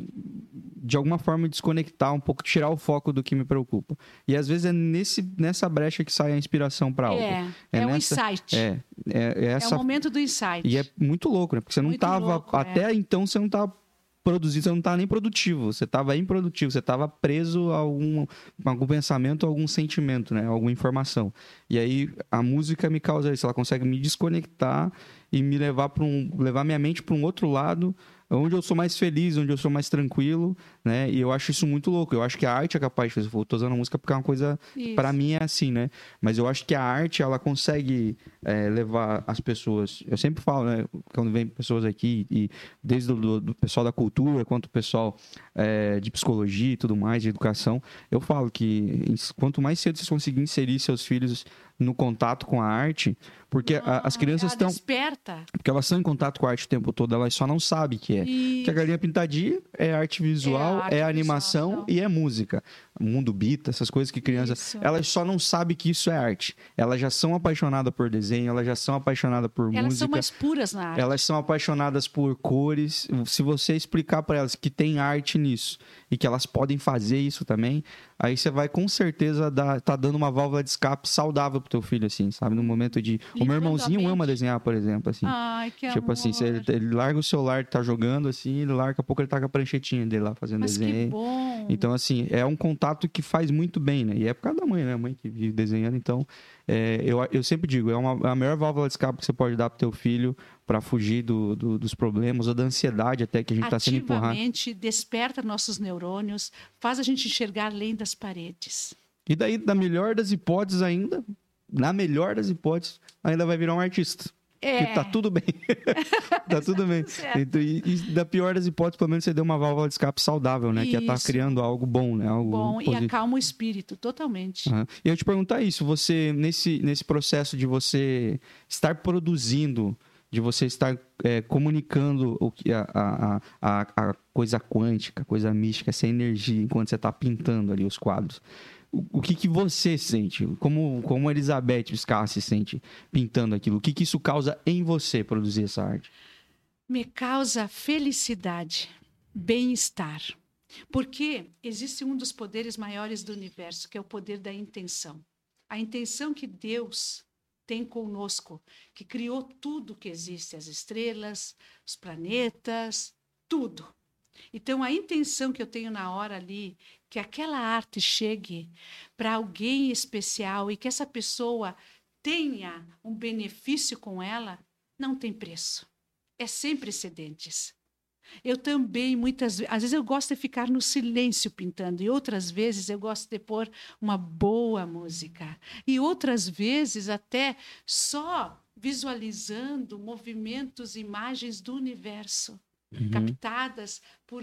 de alguma forma, desconectar um pouco, tirar o foco do que me preocupa. E às vezes é nesse, nessa brecha que sai a inspiração pra algo. É, É é, um nessa- insight. É, é, é É essa... o momento do insight. E é muito louco, né? Porque você não Muito tava... louco, é. até então, você não tava produzindo, você não tava nem produtivo. Você tava improdutivo. Você tava preso a algum, a algum pensamento, a algum sentimento, né? A alguma informação. E aí, a música me causa isso. Ela consegue me desconectar e me levar para um... levar minha mente para um outro lado, onde eu sou mais feliz, onde eu sou mais tranquilo, né? E eu acho isso muito louco. Eu acho que a arte é capaz de fazer. Eu tô usando a música porque é uma coisa... Isso. Para mim é assim, né? Mas eu acho que a arte, ela consegue é, levar as pessoas... Eu sempre falo, né? Quando vem pessoas aqui, e desde o do, do pessoal da cultura, quanto o pessoal é, de psicologia e tudo mais, de educação, eu falo que quanto mais cedo vocês conseguirem inserir seus filhos no contato com a arte, porque a- as crianças Ela estão... desperta. Porque elas estão em contato com a arte o tempo todo, elas só não sabem que é. E Que a galinha pintadinha é arte visual, É arte é, visual, animação então. e é música. Mundo Bita, essas coisas que crianças... Isso. Elas só não sabem que isso é arte. Elas já são apaixonadas por desenho, elas já são apaixonadas por elas música. são mais puras na arte. Elas são apaixonadas por cores. Se você explicar para elas que tem arte nisso e que elas podem fazer isso também, aí você vai com certeza dar, tá dando uma válvula de escape saudável pro teu filho, assim, sabe? No momento de... O meu Limpando a irmãozinho mente. ama desenhar, por exemplo, assim. Ai, que Tipo amor. assim, se ele, ele larga o celular, tá jogando assim, ele larga, daqui a pouco ele tá com a pranchetinha dele lá fazendo Mas que desenho. bom. Então, assim, é um contato que faz muito bem, né? E é por causa da mãe, né? A mãe que vive desenhando. Então, é, eu, eu sempre digo, é uma, é a melhor válvula de escape que você pode dar pro teu filho para fugir do, do- dos problemas ou da ansiedade até que a gente tá sendo empurrado. Ativamente desperta nossos neurônios, faz a gente enxergar além das paredes. E daí, na melhor das hipóteses ainda, na melhor das hipóteses, ainda vai virar um artista. É. Que tá tudo bem. Tá tudo bem. certo. Então, e, e da pior das hipóteses, pelo menos você deu uma válvula de escape saudável, né? Que é estar Isso. criando algo bom, né? Algo Bom, e positivo. acalma o espírito totalmente. Aham. E eu te perguntar isso, você, nesse, nesse processo de você estar produzindo, de você estar é, comunicando o que a, a, a, a coisa quântica, a coisa mística, essa energia, enquanto você está pintando ali os quadros. O, o que, que você sente? Como, como a Elizabeth Biscarra se sente pintando aquilo? O que, que isso causa em você, produzir essa arte? Me causa felicidade, bem-estar. Porque existe um dos poderes maiores do universo, que é o poder da intenção. A intenção que Deus tem conosco, que criou tudo que existe, as estrelas, os planetas, tudo. Então, a intenção que eu tenho na hora ali, que aquela arte chegue para alguém especial e que essa pessoa tenha um benefício com ela, não tem preço. É sem precedentes. Eu também, muitas vezes, às vezes eu gosto de ficar no silêncio pintando, e outras vezes eu gosto de pôr uma boa música. E outras vezes até só visualizando movimentos, imagens do universo, uhum. captadas por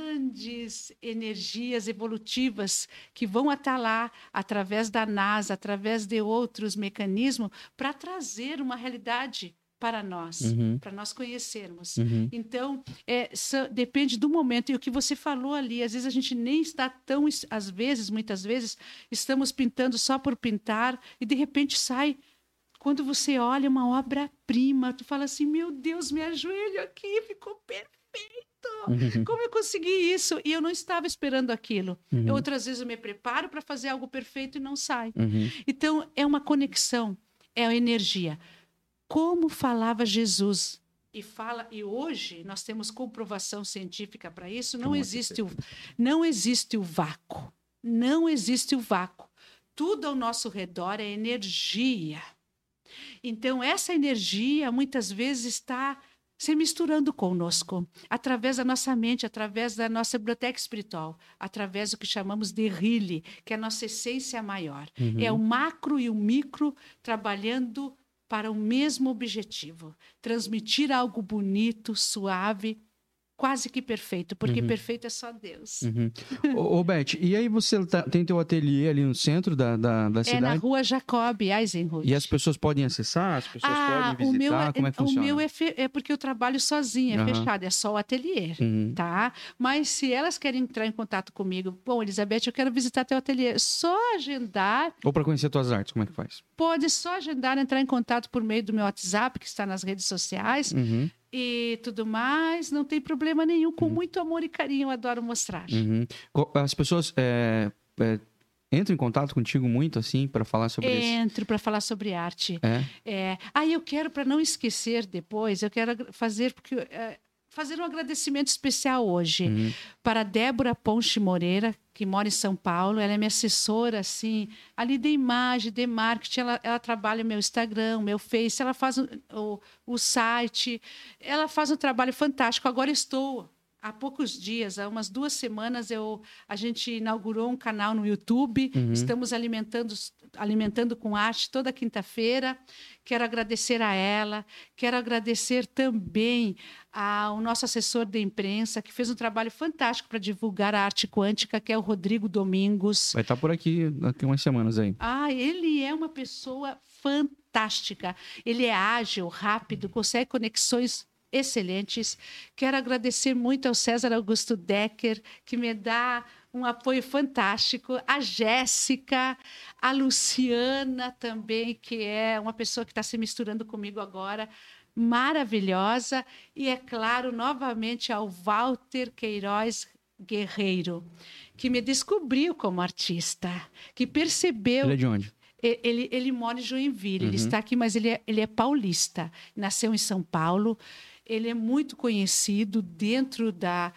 grandes energias evolutivas que vão até lá, através da NASA, através de outros mecanismos, para trazer uma realidade para nós, uhum. para nós conhecermos. Uhum. Então, é, so, depende do momento. E o que você falou ali, às vezes a gente nem está tão... Às vezes, muitas vezes, estamos pintando só por pintar e, de repente, sai... Quando você olha uma obra-prima, tu fala assim, meu Deus, me ajoelho aqui, ficou perfeito. Uhum. Como eu consegui isso? E eu não estava esperando aquilo. Uhum. Eu, outras vezes eu me preparo para fazer algo perfeito e não sai. Uhum. Então, é uma conexão, é a energia. Como falava Jesus, e, fala, e hoje nós temos comprovação científica para isso, não existe, o, não existe o vácuo, não existe o vácuo. Tudo ao nosso redor é energia. Então, essa energia muitas vezes está se misturando conosco, através da nossa mente, através da nossa biblioteca espiritual, através do que chamamos de Rile, que é a nossa essência maior. Uhum. É o macro e o micro trabalhando para o mesmo objetivo, transmitir algo bonito, suave, quase que perfeito, porque uhum. perfeito é só Deus. Uhum. Ô, ô, Beth, e aí você tá, tem teu ateliê ali no centro da, da, da cidade? É na rua Jacob Eisenhower. E as pessoas podem acessar? As pessoas ah, podem visitar? O meu é, como é que funciona? O meu é, fe... é porque eu trabalho sozinha, é uhum. fechado, é só o ateliê, uhum. tá? Mas se elas querem entrar em contato comigo, bom, Elizabeth, eu quero visitar teu ateliê, só agendar... Ou para conhecer tuas artes, como é que faz? Pode só agendar, entrar em contato por meio do meu WhatsApp, que está nas redes sociais, uhum. e tudo mais, não tem problema nenhum, com uhum. muito amor e carinho, eu adoro mostrar. Uhum. As pessoas é, é, entram em contato contigo muito, assim, para falar sobre isso? Entro para falar sobre arte. É? É. Ah, eu quero, para não esquecer depois, eu quero fazer, porque... É, fazer um agradecimento especial hoje uhum. para a Débora Ponche Moreira, que mora em São Paulo. Ela é minha assessora, assim, ali de imagem, de marketing. Ela, ela trabalha o meu Instagram, o meu Face, ela faz o, o, o site. Ela faz um trabalho fantástico. Agora estou... Há poucos dias, há umas duas semanas, eu, a gente inaugurou um canal no YouTube. Uhum. Estamos alimentando, alimentando com arte toda quinta-feira. Quero agradecer a ela. Quero agradecer também ao nosso assessor de imprensa, que fez um trabalho fantástico para divulgar a arte quântica, que é o Rodrigo Domingos. Vai estar por aqui daqui umas semanas aí. Ah, ele é uma pessoa fantástica. Ele é ágil, rápido, consegue conexões excelentes. Quero agradecer muito ao César Augusto Decker, que me dá um apoio fantástico, a Jéssica, a Luciana também, que é uma pessoa que está se misturando comigo agora, maravilhosa, e, é claro, novamente ao Walter Queiroz Guerreiro, que me descobriu como artista, que percebeu... Ele é de onde? Ele, ele mora em Joinville, uhum. ele está aqui, mas ele é, ele é paulista, nasceu em São Paulo. Ele é muito conhecido dentro da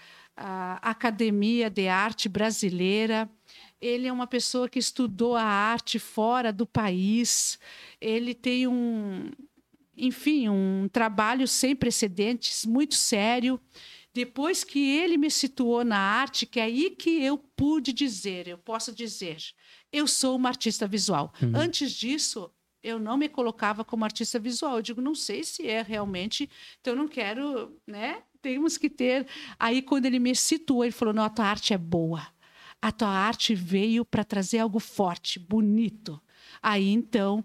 Academia de Arte Brasileira. Ele é uma pessoa que estudou a arte fora do país. Ele tem um, enfim, um trabalho sem precedentes, muito sério. Depois que ele me situou na arte, que é aí que eu pude dizer, eu posso dizer, eu sou uma artista visual. Uhum. Antes disso, eu não me colocava como artista visual. Eu digo, não sei se é realmente, então eu não quero, né? Temos que ter... Aí, quando ele me situou, ele falou, não, a tua arte é boa. A tua arte veio para trazer algo forte, bonito. Aí, então,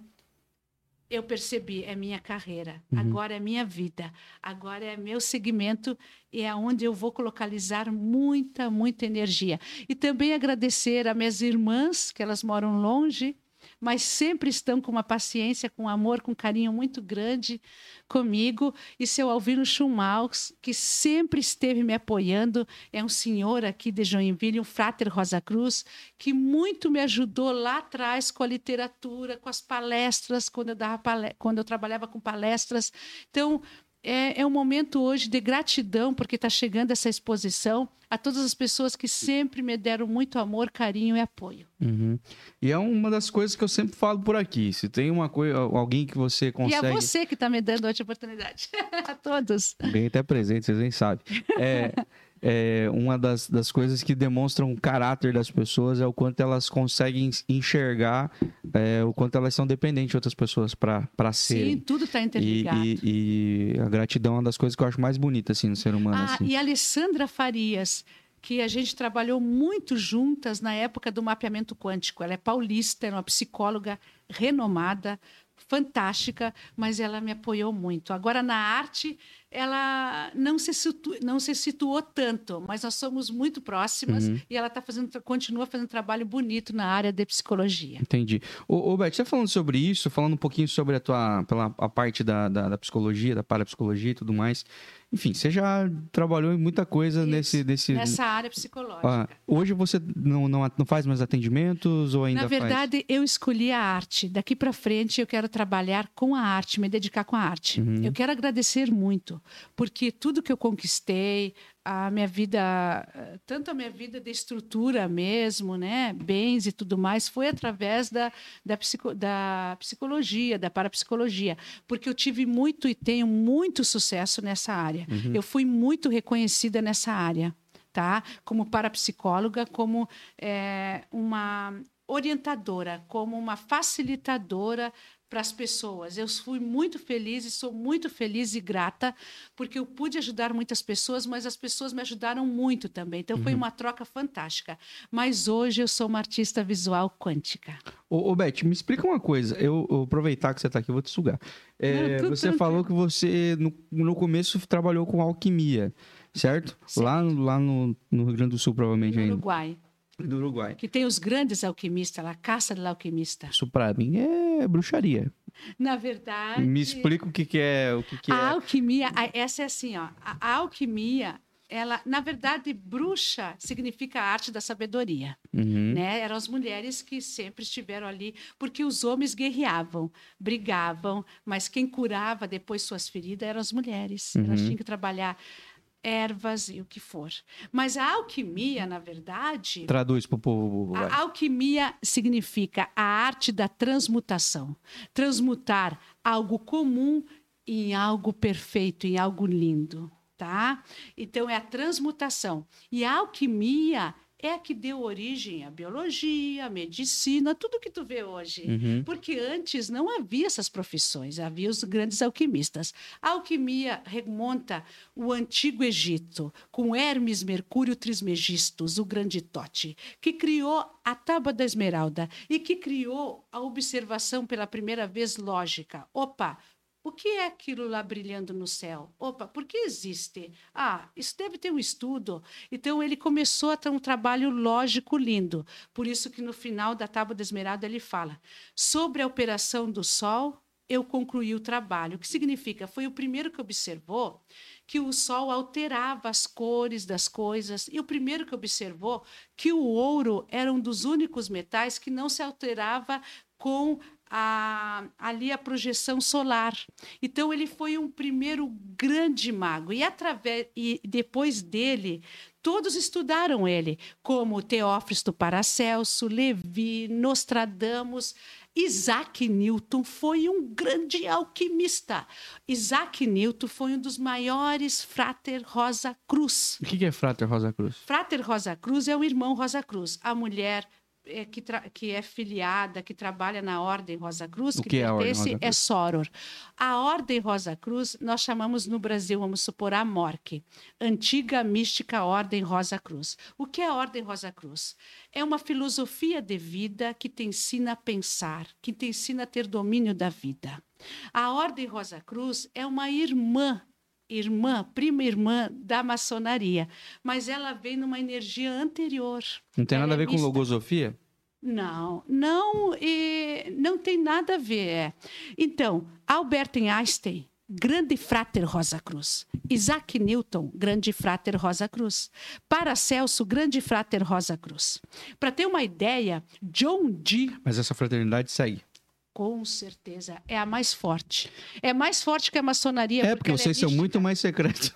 eu percebi, é minha carreira, uhum. agora é minha vida, agora é meu segmento e é onde eu vou localizar muita, muita energia. E também agradecer a minhas irmãs, que elas moram longe, mas sempre estão com uma paciência, com amor, com carinho muito grande comigo. E seu Alvino Schumals, que sempre esteve me apoiando, é um senhor aqui de Joinville, um frater Rosa Cruz, que muito me ajudou lá atrás com a literatura, com as palestras, quando eu, dava palestra, quando eu trabalhava com palestras. Então, É, é um momento hoje de gratidão, porque está chegando essa exposição, a todas as pessoas que sempre me deram muito amor, carinho e apoio. Uhum. E é uma das coisas que eu sempre falo por aqui. Se tem uma coisa, alguém que você consegue... E é você que está me dando hoje a oportunidade. A todos. Alguém até presente, vocês nem sabem. É... É, uma das, das coisas que demonstram o caráter das pessoas é o quanto elas conseguem enxergar, é, o quanto elas são dependentes de outras pessoas para serem. Sim, tudo está interligado. E, e, e a gratidão é uma das coisas que eu acho mais bonitas assim, no ser humano. Ah, assim. E a Alessandra Farias, que a gente trabalhou muito juntas na época do mapeamento quântico. Ela é paulista, é uma psicóloga renomada, fantástica, mas ela me apoiou muito. Agora, na arte, ela não se situou, não se situou tanto, mas nós somos muito próximas uhum. e ela tá fazendo, continua fazendo um trabalho bonito na área de psicologia. Entendi. Ô, ô Beth, você falando sobre isso, falando um pouquinho sobre a tua pela, a parte da, da, da psicologia, da parapsicologia e tudo mais, enfim, você já trabalhou em muita coisa nesse, nesse... nessa área psicológica. Ah, hoje você não, não, não faz mais atendimentos ou ainda Na verdade, faz? eu escolhi a arte. Daqui para frente, eu quero trabalhar com a arte, me dedicar com a arte. Uhum. Eu quero agradecer muito, porque tudo que eu conquistei, a minha vida, tanto a minha vida de estrutura mesmo, né, bens e tudo mais, foi através da, da, psico, da psicologia, da parapsicologia, porque eu tive muito e tenho muito sucesso nessa área. Uhum. Eu fui muito reconhecida nessa área, tá? Como parapsicóloga, como é, uma orientadora, como uma facilitadora para as pessoas. Eu fui muito feliz e sou muito feliz e grata porque eu pude ajudar muitas pessoas, mas as pessoas me ajudaram muito também. Então, uhum. foi uma troca fantástica. Mas hoje eu sou uma artista visual quântica. Ô, ô Beth, me explica uma coisa. Eu, eu vou aproveitar que você está aqui, eu vou te sugar. É, Não, você tranquilo. falou que você, no, no começo, trabalhou com alquimia, certo? certo. Lá, lá no, no Rio Grande do Sul, provavelmente no ainda. Uruguai. Do Uruguai. Que tem os grandes alquimistas, a caça do alquimista. Isso para mim é bruxaria. Na verdade... Me explica o que, que é. O que, que a é. alquimia, essa é assim, ó. A, a alquimia, ela, na verdade, bruxa significa a arte da sabedoria. Uhum. Né? Eram as mulheres que sempre estiveram ali, porque os homens guerreavam, brigavam, mas quem curava depois suas feridas eram as mulheres. Uhum. Elas tinham que trabalhar ervas e o que for. Mas a alquimia, na verdade... Traduz para o povo. A alquimia significa a arte da transmutação. Transmutar algo comum em algo perfeito, em algo lindo, tá? Então, é a transmutação. E a alquimia é a que deu origem à biologia, à medicina, tudo que tu vê hoje. Uhum. Porque antes não havia essas profissões, havia os grandes alquimistas. A alquimia remonta o Antigo Egito, com Hermes Mercúrio Trismegistus, o grande Tote, que criou a Tábua da Esmeralda e que criou a observação pela primeira vez lógica. Opa! O que é aquilo lá brilhando no céu? Opa, por que existe? Ah, isso deve ter um estudo. Então, ele começou a ter um trabalho lógico lindo. Por isso que, no final da Tábua da Esmeralda, ele fala: sobre a operação do Sol, eu concluí o trabalho. O que significa? Foi o primeiro que observou que o Sol alterava as cores das coisas. E o primeiro que observou que o ouro era um dos únicos metais que não se alterava com A, ali a projeção solar. Então, ele foi um primeiro grande mago. E, através, e depois dele, todos estudaram ele, como Teófrasto Paracelso, Levi, Nostradamus. Isaac Newton foi um grande alquimista. Isaac Newton foi um dos maiores Frater Rosa Cruz. O que é Frater Rosa Cruz? Frater Rosa Cruz é o irmão Rosa Cruz, a mulher É, que, que é filiada, que trabalha na Ordem Rosa Cruz, o que, que é a Ordem Rosa Cruz? É Soror. A Ordem Rosa Cruz, nós chamamos no Brasil, vamos supor, a Morque, Antiga Mística Ordem Rosa Cruz. O que é a Ordem Rosa Cruz? É uma filosofia de vida que te ensina a pensar, que te ensina a ter domínio da vida. A Ordem Rosa Cruz é uma irmã irmã, prima irmã da maçonaria, mas ela vem numa energia anterior. Não tem ela nada a ver é com logosofia? Não, não, e não tem nada a ver. É. Então, Albert Einstein, grande frater Rosa Cruz. Isaac Newton, grande frater Rosa Cruz. Paracelso, grande frater Rosa Cruz. Para ter uma ideia, John Dee... Mas essa fraternidade segue. Com certeza, é a mais forte. É mais forte que a maçonaria. É, porque, porque vocês é são muito mais secretos.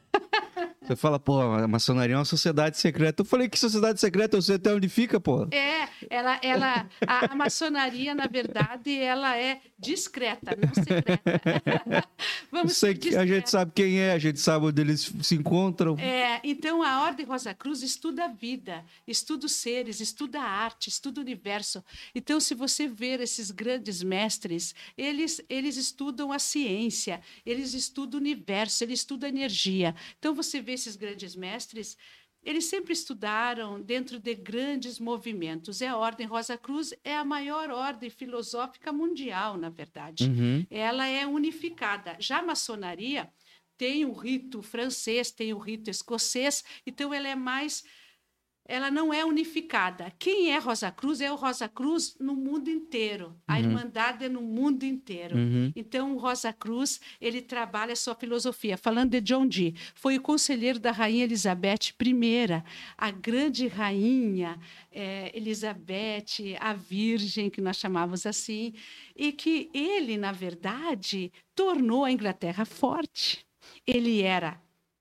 Você fala, pô, a maçonaria é uma sociedade secreta. Eu falei que sociedade secreta, eu sei até onde fica, pô. É, ela, ela, a, a maçonaria, na verdade, ela é discreta, não secreta. Vamos sei que a gente sabe quem é, a gente sabe onde eles se encontram. É, então a Ordem Rosa Cruz estuda a vida, estuda os seres, estuda a arte, estuda o universo. Então, se você ver esses grandes mestres, eles, eles estudam a ciência, eles estudam o universo, eles estudam a energia. Então, você vê esses grandes mestres, eles sempre estudaram dentro de grandes movimentos. É a Ordem Rosa Cruz é a maior ordem filosófica mundial, na verdade. Uhum. Ela é unificada. Já a maçonaria tem o rito francês, tem o rito escocês, então ela é mais... Ela não é unificada. Quem é Rosa Cruz é o Rosa Cruz no mundo inteiro. A uhum. Irmandade é no mundo inteiro. Uhum. Então, o Rosa Cruz, ele trabalha a sua filosofia. Falando de John Dee, foi o conselheiro da Rainha Elizabeth I, a grande rainha é, Elizabeth, a Virgem, que nós chamávamos assim, e que ele, na verdade, tornou a Inglaterra forte. Ele era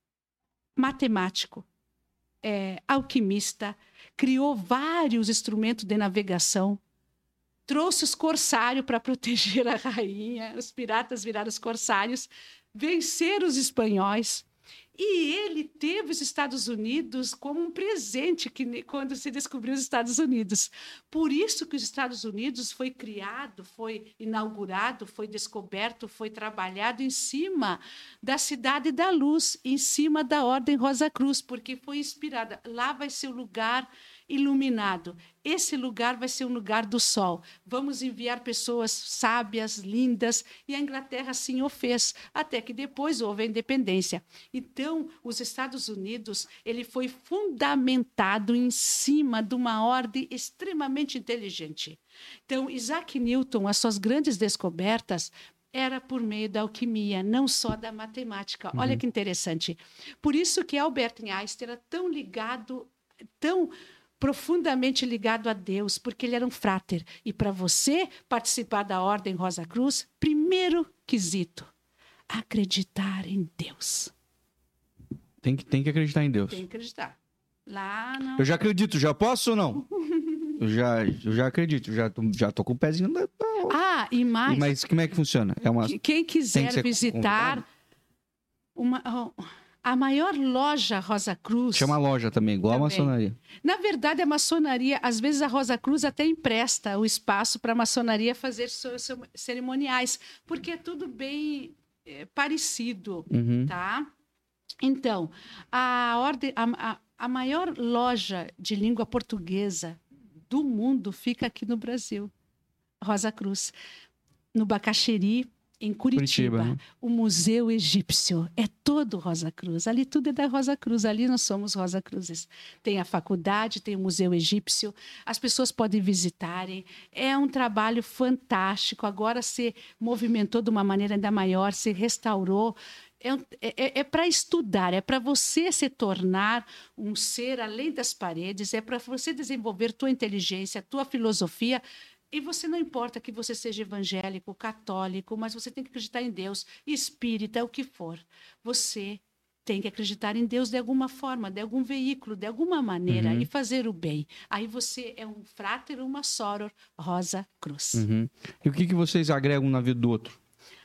matemático, É, alquimista, criou vários instrumentos de navegação, trouxe os corsários para proteger a rainha, os piratas viraram os corsários, venceram os espanhóis. E ele teve os Estados Unidos como um presente que, quando se descobriu os Estados Unidos. Por isso que os Estados Unidos foi criado, foi inaugurado, foi descoberto, foi trabalhado em cima da Cidade da Luz, em cima da Ordem Rosa Cruz, porque foi inspirada. Lá vai ser o lugar iluminado. Esse lugar vai ser um lugar do sol. Vamos enviar pessoas sábias, lindas, e a Inglaterra assim o fez, até que depois houve a independência. Então, os Estados Unidos, ele foi fundamentado em cima de uma ordem extremamente inteligente. Então, Isaac Newton, as suas grandes descobertas era por meio da alquimia, não só da matemática. Uhum. Olha que interessante. Por isso que Albert Einstein era tão ligado, tão profundamente ligado a Deus, porque ele era um fráter. E para você participar da Ordem Rosa Cruz, primeiro quesito, acreditar em Deus. Tem que, tem que acreditar em Deus. Tem que acreditar. Lá não... Eu já acredito, já posso ou não? eu, já, eu já acredito, já tô, já tô com o pezinho... Na... Ah, e mais... Mas como é que funciona? É uma... Quem quiser que visitar uma... Oh, a maior loja Rosa Cruz... Chama loja também, igual também. A maçonaria. Na verdade, a maçonaria, às vezes a Rosa Cruz até empresta o espaço para a maçonaria fazer seus cerimoniais, porque é tudo bem é, parecido, uhum. tá? Então, a, ordem, a, a, a maior loja de língua portuguesa do mundo fica aqui no Brasil, Rosa Cruz. No Bacaxeri, em Curitiba, Curitiba, o Museu Egípcio é todo Rosa Cruz. Ali tudo é da Rosa Cruz, ali nós somos Rosa Cruzes. Tem a faculdade, tem o Museu Egípcio, as pessoas podem visitarem. É um trabalho fantástico. Agora se movimentou de uma maneira ainda maior, se restaurou. É, é, é para estudar, é para você se tornar um ser além das paredes, é para você desenvolver tua inteligência, tua filosofia. E você não importa que você seja evangélico, católico, mas você tem que acreditar em Deus, espírita, o que for. Você tem que acreditar em Deus de alguma forma, de algum veículo, de alguma maneira, uhum. e fazer o bem. Aí você é um fráter, uma soror, Rosa Cruz. Uhum. E o que, que vocês agregam na vida do outro?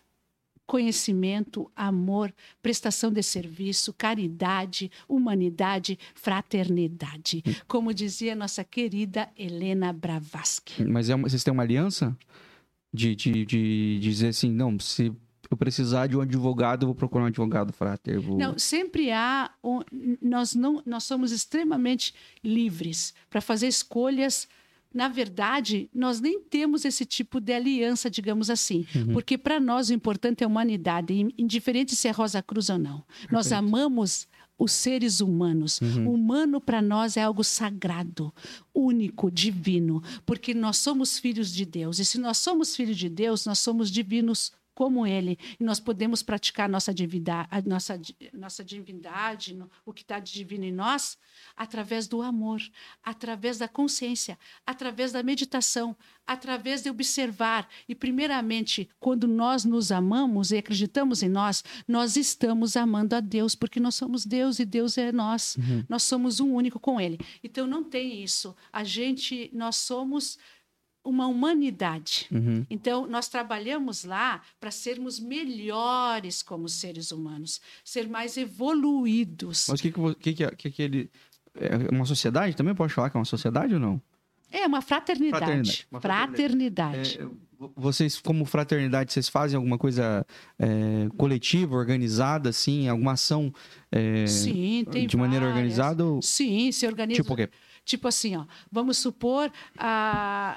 Conhecimento, amor, prestação de serviço, caridade, humanidade, fraternidade. Como dizia nossa querida Helena Blavatsky. Mas é uma, vocês têm uma aliança? De, de, de dizer assim, não, se eu precisar de um advogado, eu vou procurar um advogado frater. Vou... Não, sempre há... Um, nós, não, nós somos extremamente livres para fazer escolhas na verdade, nós nem temos esse tipo de aliança, digamos assim, uhum. porque para nós o importante é a humanidade, indiferente se é Rosa Cruz ou não. Perfeito. Nós amamos os seres humanos. Uhum. O humano para nós é algo sagrado, único, divino, porque nós somos filhos de Deus. E se nós somos filhos de Deus, nós somos divinos como Ele. E nós podemos praticar nossa divindade, a nossa, nossa divindade, o que está de divino em nós, através do amor, através da consciência, através da meditação, através de observar. E, primeiramente, quando nós nos amamos e acreditamos em nós, nós estamos amando a Deus, porque nós somos Deus e Deus é nós. Uhum. Nós somos um único com Ele. Então, não tem isso. A gente, nós somos uma humanidade. Uhum. Então, nós trabalhamos lá para sermos melhores como seres humanos, ser mais evoluídos. Mas o que, que, que, que, que ele... É uma sociedade também? Pode falar que é uma sociedade ou não? É uma fraternidade. Fraternidade. Uma fraternidade. É, vocês, como fraternidade, vocês fazem alguma coisa é, coletiva, organizada, assim? Alguma ação é, Sim, tem de maneira várias. organizada? Ou... Sim, se organiza. Tipo o quê? Tipo assim, ó, vamos supor, ah,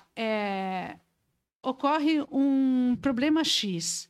é, ocorre um problema X,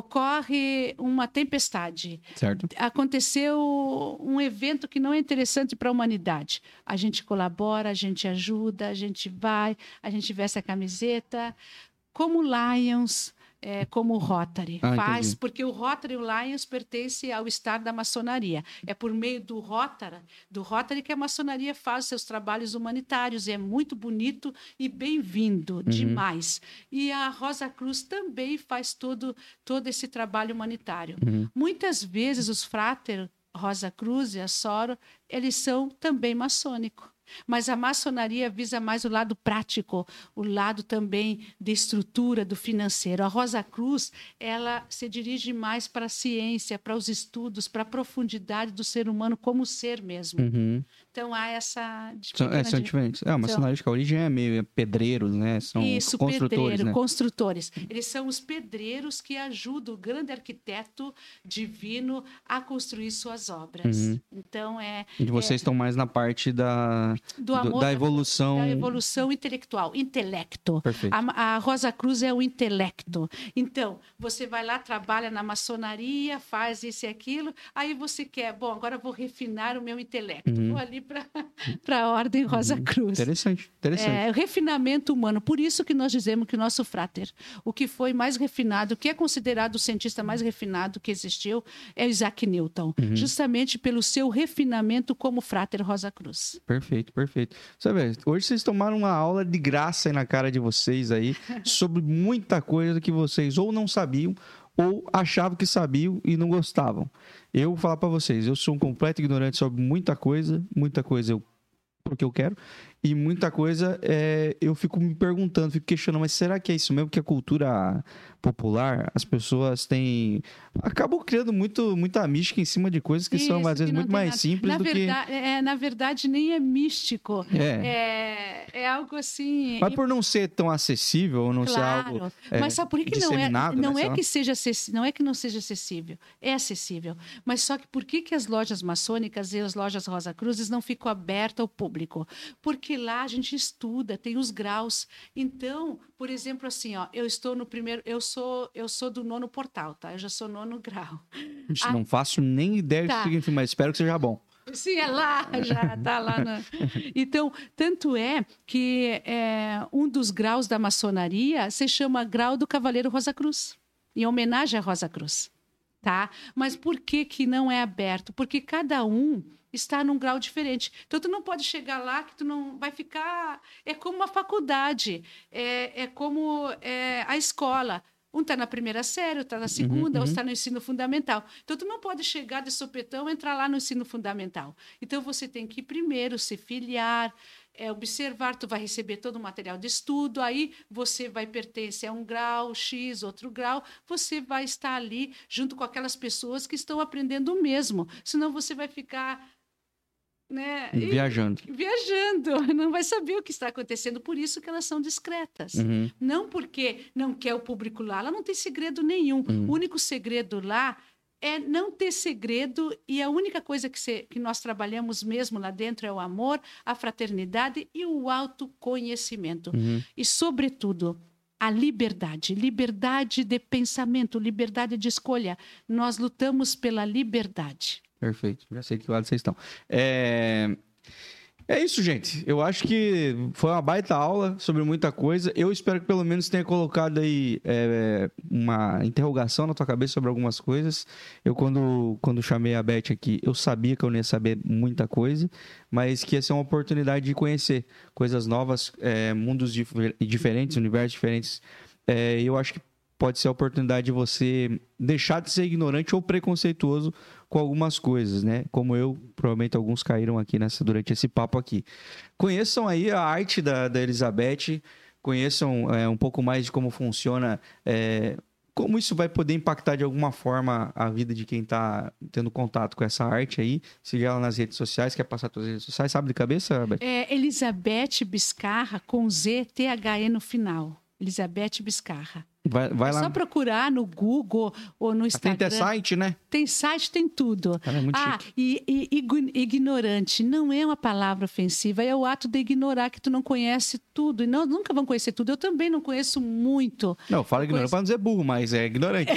ocorre uma tempestade, certo. Aconteceu um evento que não é interessante para a humanidade. A gente colabora, a gente ajuda, a gente vai, a gente veste a camiseta, como Lions... É, como o Rotary ah, faz, entendi. Porque o Rotary e o Lions pertencem ao Estado da maçonaria. É por meio do Rotary, do Rotary que a maçonaria faz seus trabalhos humanitários. E é muito bonito e bem-vindo, uhum. demais. E a Rosa Cruz também faz todo, todo esse trabalho humanitário. Uhum. Muitas vezes os frater Rosa Cruz e a Soro, eles são também maçônicos. Mas a maçonaria visa mais o lado prático, o lado também de estrutura, do financeiro. A Rosa Cruz, ela se dirige mais para a ciência, para os estudos, para a profundidade do ser humano como ser mesmo. Uhum. Então, há essa... São, é, são diferentes. É, a maçonaria, a origem é meio pedreiros, né? São Isso, construtores, pedreiro, né? construtores. Eles são os pedreiros que ajudam o grande arquiteto divino a construir suas obras. Uhum. Então, é... E vocês é, estão mais na parte da... Do amor, do, da evolução... Da evolução intelectual, intelecto. Perfeito. A, a Rosa Cruz é o intelecto. Então, você vai lá, trabalha na maçonaria, faz isso e aquilo, aí você quer, bom, agora eu vou refinar o meu intelecto. Uhum. Vou ali para a Ordem Rosa uhum. Cruz. Interessante, interessante. É, o refinamento humano. Por isso que nós dizemos que o nosso frater, o que foi mais refinado, o que é considerado o cientista mais refinado que existiu, é o Isaac Newton. Uhum. Justamente pelo seu refinamento como frater Rosa Cruz. Perfeito, perfeito. Sabe, hoje vocês tomaram uma aula de graça aí na cara de vocês aí, sobre muita coisa que vocês ou não sabiam, ou achavam que sabiam e não gostavam. Eu vou falar para vocês, eu sou um completo ignorante sobre muita coisa, muita coisa eu porque eu quero, e muita coisa é, eu fico me perguntando, fico questionando, mas será que é isso mesmo que a cultura popular, as pessoas têm... Acabam criando muito, muita mística em cima de coisas que isso, são, às vezes, muito mais nada. simples na do verdade, que... É, na verdade, nem é místico. É. É, é algo assim... Mas por não ser tão acessível, ou não claro. ser algo é, Mas sabe por que não é? Não, né, é que seja acess... não é que não seja acessível. É acessível. Mas só que por que, que as lojas maçônicas e as lojas Rosa Cruzes não ficam abertas ao público? Porque lá a gente estuda, tem os graus. Então, por exemplo, assim, ó, eu estou no primeiro... Eu sou, eu sou do nono portal, tá? Eu já sou nono grau. Ah, não faço nem ideia do que significa, mas espero que seja bom. Sim, é lá, já está lá. Na... Então, tanto é que é, um dos graus da maçonaria se chama grau do Cavaleiro Rosa Cruz, em homenagem à Rosa Cruz. Tá? Mas por que, que não é aberto? Porque cada um está num grau diferente. Então, tu não pode chegar lá que tu não vai ficar... É como uma faculdade, é, é como é, a escola. Um está na primeira série, outro está na segunda, uhum, outro está no ensino fundamental. Então, tu não pode chegar de sopetão e entrar lá no ensino fundamental. Então, você tem que primeiro se filiar, é, observar, tu vai receber todo o material de estudo, aí você vai pertencer a um grau X, outro grau, você vai estar ali junto com aquelas pessoas que estão aprendendo o mesmo. Senão, você vai ficar... Né? Viajando. E, viajando, não vai saber o que está acontecendo, por isso que elas são discretas. Uhum. Não porque não quer o público lá, ela não tem segredo nenhum. Uhum. O único segredo lá é não ter segredo, e a única coisa que, se, que nós trabalhamos mesmo lá dentro é o amor, a fraternidade e o autoconhecimento. Uhum. E, sobretudo, a liberdade. Liberdade de pensamento, liberdade de escolha. Nós lutamos pela liberdade. Perfeito, já sei de que lado vocês estão. É... é isso, gente. Eu acho que foi uma baita aula sobre muita coisa. Eu espero que pelo menos tenha colocado aí é, uma interrogação na tua cabeça sobre algumas coisas. Eu, quando, quando chamei a Beth aqui, eu sabia que eu não ia saber muita coisa, mas que ia ser uma oportunidade de conhecer coisas novas, é, mundos dif- diferentes, universos diferentes. É, eu acho que pode ser a oportunidade de você deixar de ser ignorante ou preconceituoso com algumas coisas, né? Como eu, provavelmente alguns caíram aqui nessa, durante esse papo aqui. Conheçam aí a arte da, da Elizabeth, conheçam é, um pouco mais de como funciona, é, como isso vai poder impactar de alguma forma a vida de quem está tendo contato com essa arte aí. Siga ela nas redes sociais, quer passar todas as redes sociais, sabe de cabeça, Beth? É Elizabeth Biscarra, com Z, T H E no final. Elizabeth Biscarra. Vai, vai É lá. só procurar no Google ou no Instagram. Tem até site, né? Tem site, tem tudo. Cara, é muito ah, chique. e, e ign- ignorante não é uma palavra ofensiva, é o ato de ignorar que tu não conhece tudo. E não, nunca vão conhecer tudo. Eu também não conheço muito. Não, fala Eu ignorante conheço- para não dizer burro, mas é ignorante.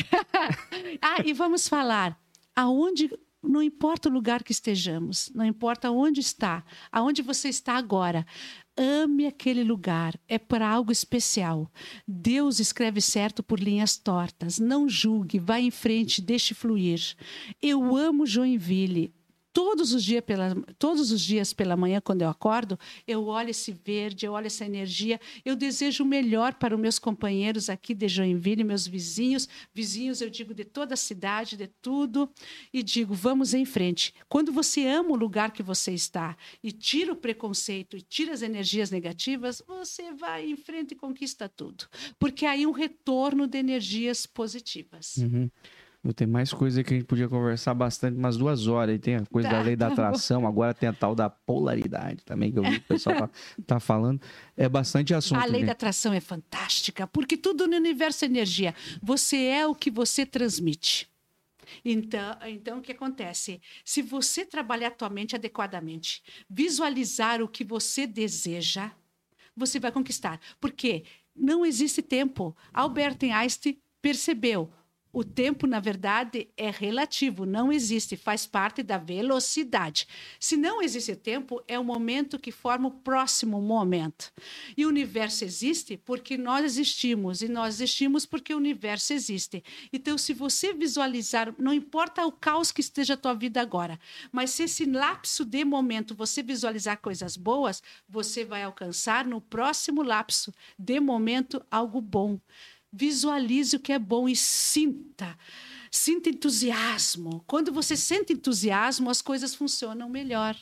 Ah, e vamos falar. Aonde, não importa o lugar que estejamos, não importa onde está, aonde você está agora, ame aquele lugar, é para algo especial. Deus escreve certo por linhas tortas, não julgue, vá em frente, deixe fluir. Eu amo Joinville. Todos os, dias pela, todos os dias pela manhã, quando eu acordo, eu olho esse verde, eu olho essa energia. Eu desejo o melhor para os meus companheiros aqui de Joinville, meus vizinhos. Vizinhos, eu digo, de toda a cidade, de tudo. E digo, vamos em frente. Quando você ama o lugar que você está e tira o preconceito e tira as energias negativas, você vai em frente e conquista tudo. Porque aí um retorno de energias positivas. Uhum. Tem mais coisa que a gente podia conversar bastante, umas duas horas. E tem a coisa Tá, da lei da tá bom. atração, agora tem a tal da polaridade também, que eu vi que o pessoal tá, tá falando. É bastante assunto. A lei gente. da atração é fantástica, porque tudo no universo é energia. Você é o que você transmite. Então, então, o que acontece? Se você trabalhar a tua mente adequadamente, visualizar o que você deseja, você vai conquistar. Porque não existe tempo. Albert Einstein percebeu. O tempo, na verdade, é relativo, não existe, faz parte da velocidade. Se não existe tempo, é o momento que forma o próximo momento. E o universo existe porque nós existimos, e nós existimos porque o universo existe. Então, se você visualizar, não importa o caos que esteja a tua vida agora, mas se esse lapso de momento você visualizar coisas boas, você vai alcançar no próximo lapso de momento algo bom. Visualize o que é bom e sinta. Sinta entusiasmo. Quando você sente entusiasmo, as coisas funcionam melhor.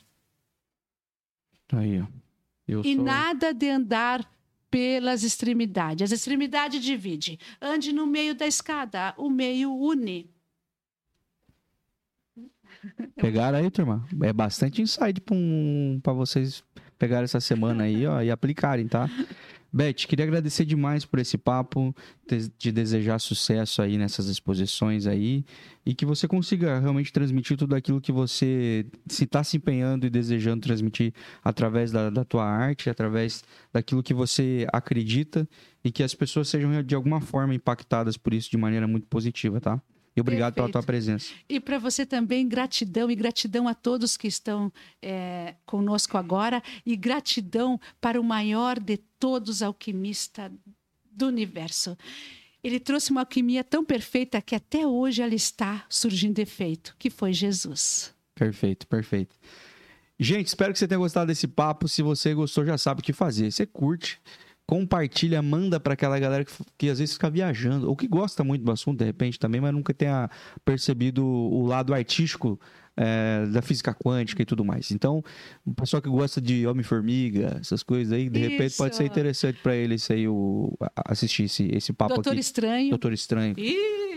Aí, ó. Eu E sou... nada de andar pelas extremidades. As extremidades dividem. Ande no meio da escada, o meio une. Pegaram aí, turma? É bastante insight para um, pra vocês pegarem essa semana aí, ó, e aplicarem, tá? Beth, queria agradecer demais por esse papo, te, te desejar sucesso aí nessas exposições aí e que você consiga realmente transmitir tudo aquilo que você se está se empenhando e desejando transmitir através da, da tua arte, através daquilo que você acredita e que as pessoas sejam de alguma forma impactadas por isso de maneira muito positiva, tá? E obrigado Perfeito. pela tua presença. E para você também, gratidão, e gratidão a todos que estão é, conosco agora, e gratidão para o maior de todos alquimistas do universo. Ele trouxe uma alquimia tão perfeita que até hoje ela está surgindo efeito, que foi Jesus. Perfeito, perfeito. Gente, espero que você tenha gostado desse papo. Se você gostou, já sabe o que fazer. Você curte, compartilha, manda para aquela galera que, que às vezes fica viajando, ou que gosta muito do assunto, de repente, também, mas nunca tenha percebido o lado artístico é, da física quântica e tudo mais. Então, o pessoal que gosta de Homem-Formiga, essas coisas aí, de repente Isso. pode ser interessante para eles aí o, assistir esse, esse papo Doutor aqui. Estranho. Doutor Estranho. Ih,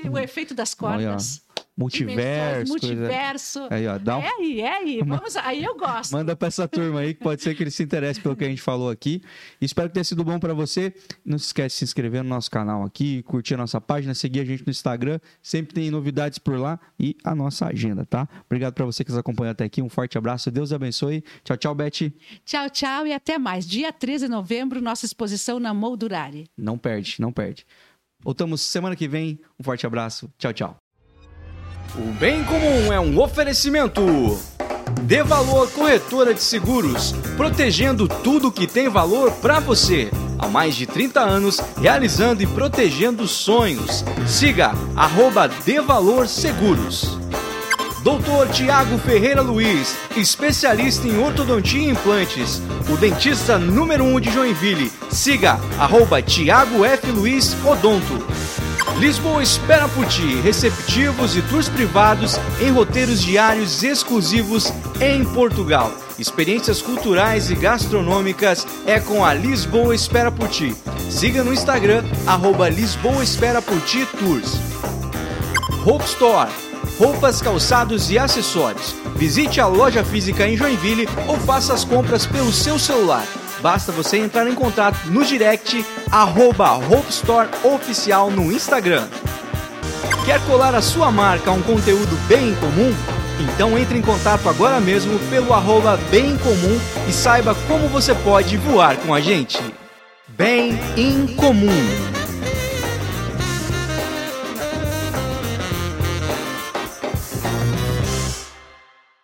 o efeito das cordas. Olha, multiverso. Multiverso. Coisa... Aí, ó, dá um... É aí, é aí. Vamos... Aí eu gosto. Manda pra essa turma aí, que pode ser que eles se interessem pelo que a gente falou aqui. Espero que tenha sido bom pra você. Não se esquece de se inscrever no nosso canal aqui, curtir a nossa página, seguir a gente no Instagram. Sempre tem novidades por lá e a nossa agenda, tá? Obrigado pra você que nos acompanhou até aqui. Um forte abraço. Deus abençoe. Tchau, tchau, Beth. Tchau, tchau e até mais. Dia treze de novembro, nossa exposição na Moldurari. Não perde, não perde. Voltamos semana que vem. Um forte abraço. Tchau, tchau. O Bem Comum é um oferecimento. Dê Valor Corretora de Seguros, protegendo tudo que tem valor para você. Há mais de trinta anos, realizando e protegendo sonhos. Siga arroba Dê Valor Seguros. doutor Tiago Ferreira Luiz, especialista em ortodontia e implantes. O dentista número um de Joinville. Siga arroba Tiago F. Luiz Odonto. Lisboa espera por ti, receptivos e tours privados em roteiros diários exclusivos em Portugal. Experiências culturais e gastronômicas é com a Lisboa Espera por Ti. Siga no Instagram, arroba Lisboa Espera por Ti Tours. Hope Store, roupas, calçados e acessórios. Visite a loja física em Joinville ou faça as compras pelo seu celular. Basta você entrar em contato no direct, arroba Hope Store Oficial no Instagram. Quer colar a sua marca a um conteúdo bem comum? Então entre em contato agora mesmo pelo arroba Bem Comum e saiba como você pode voar com a gente. Bem em Comum.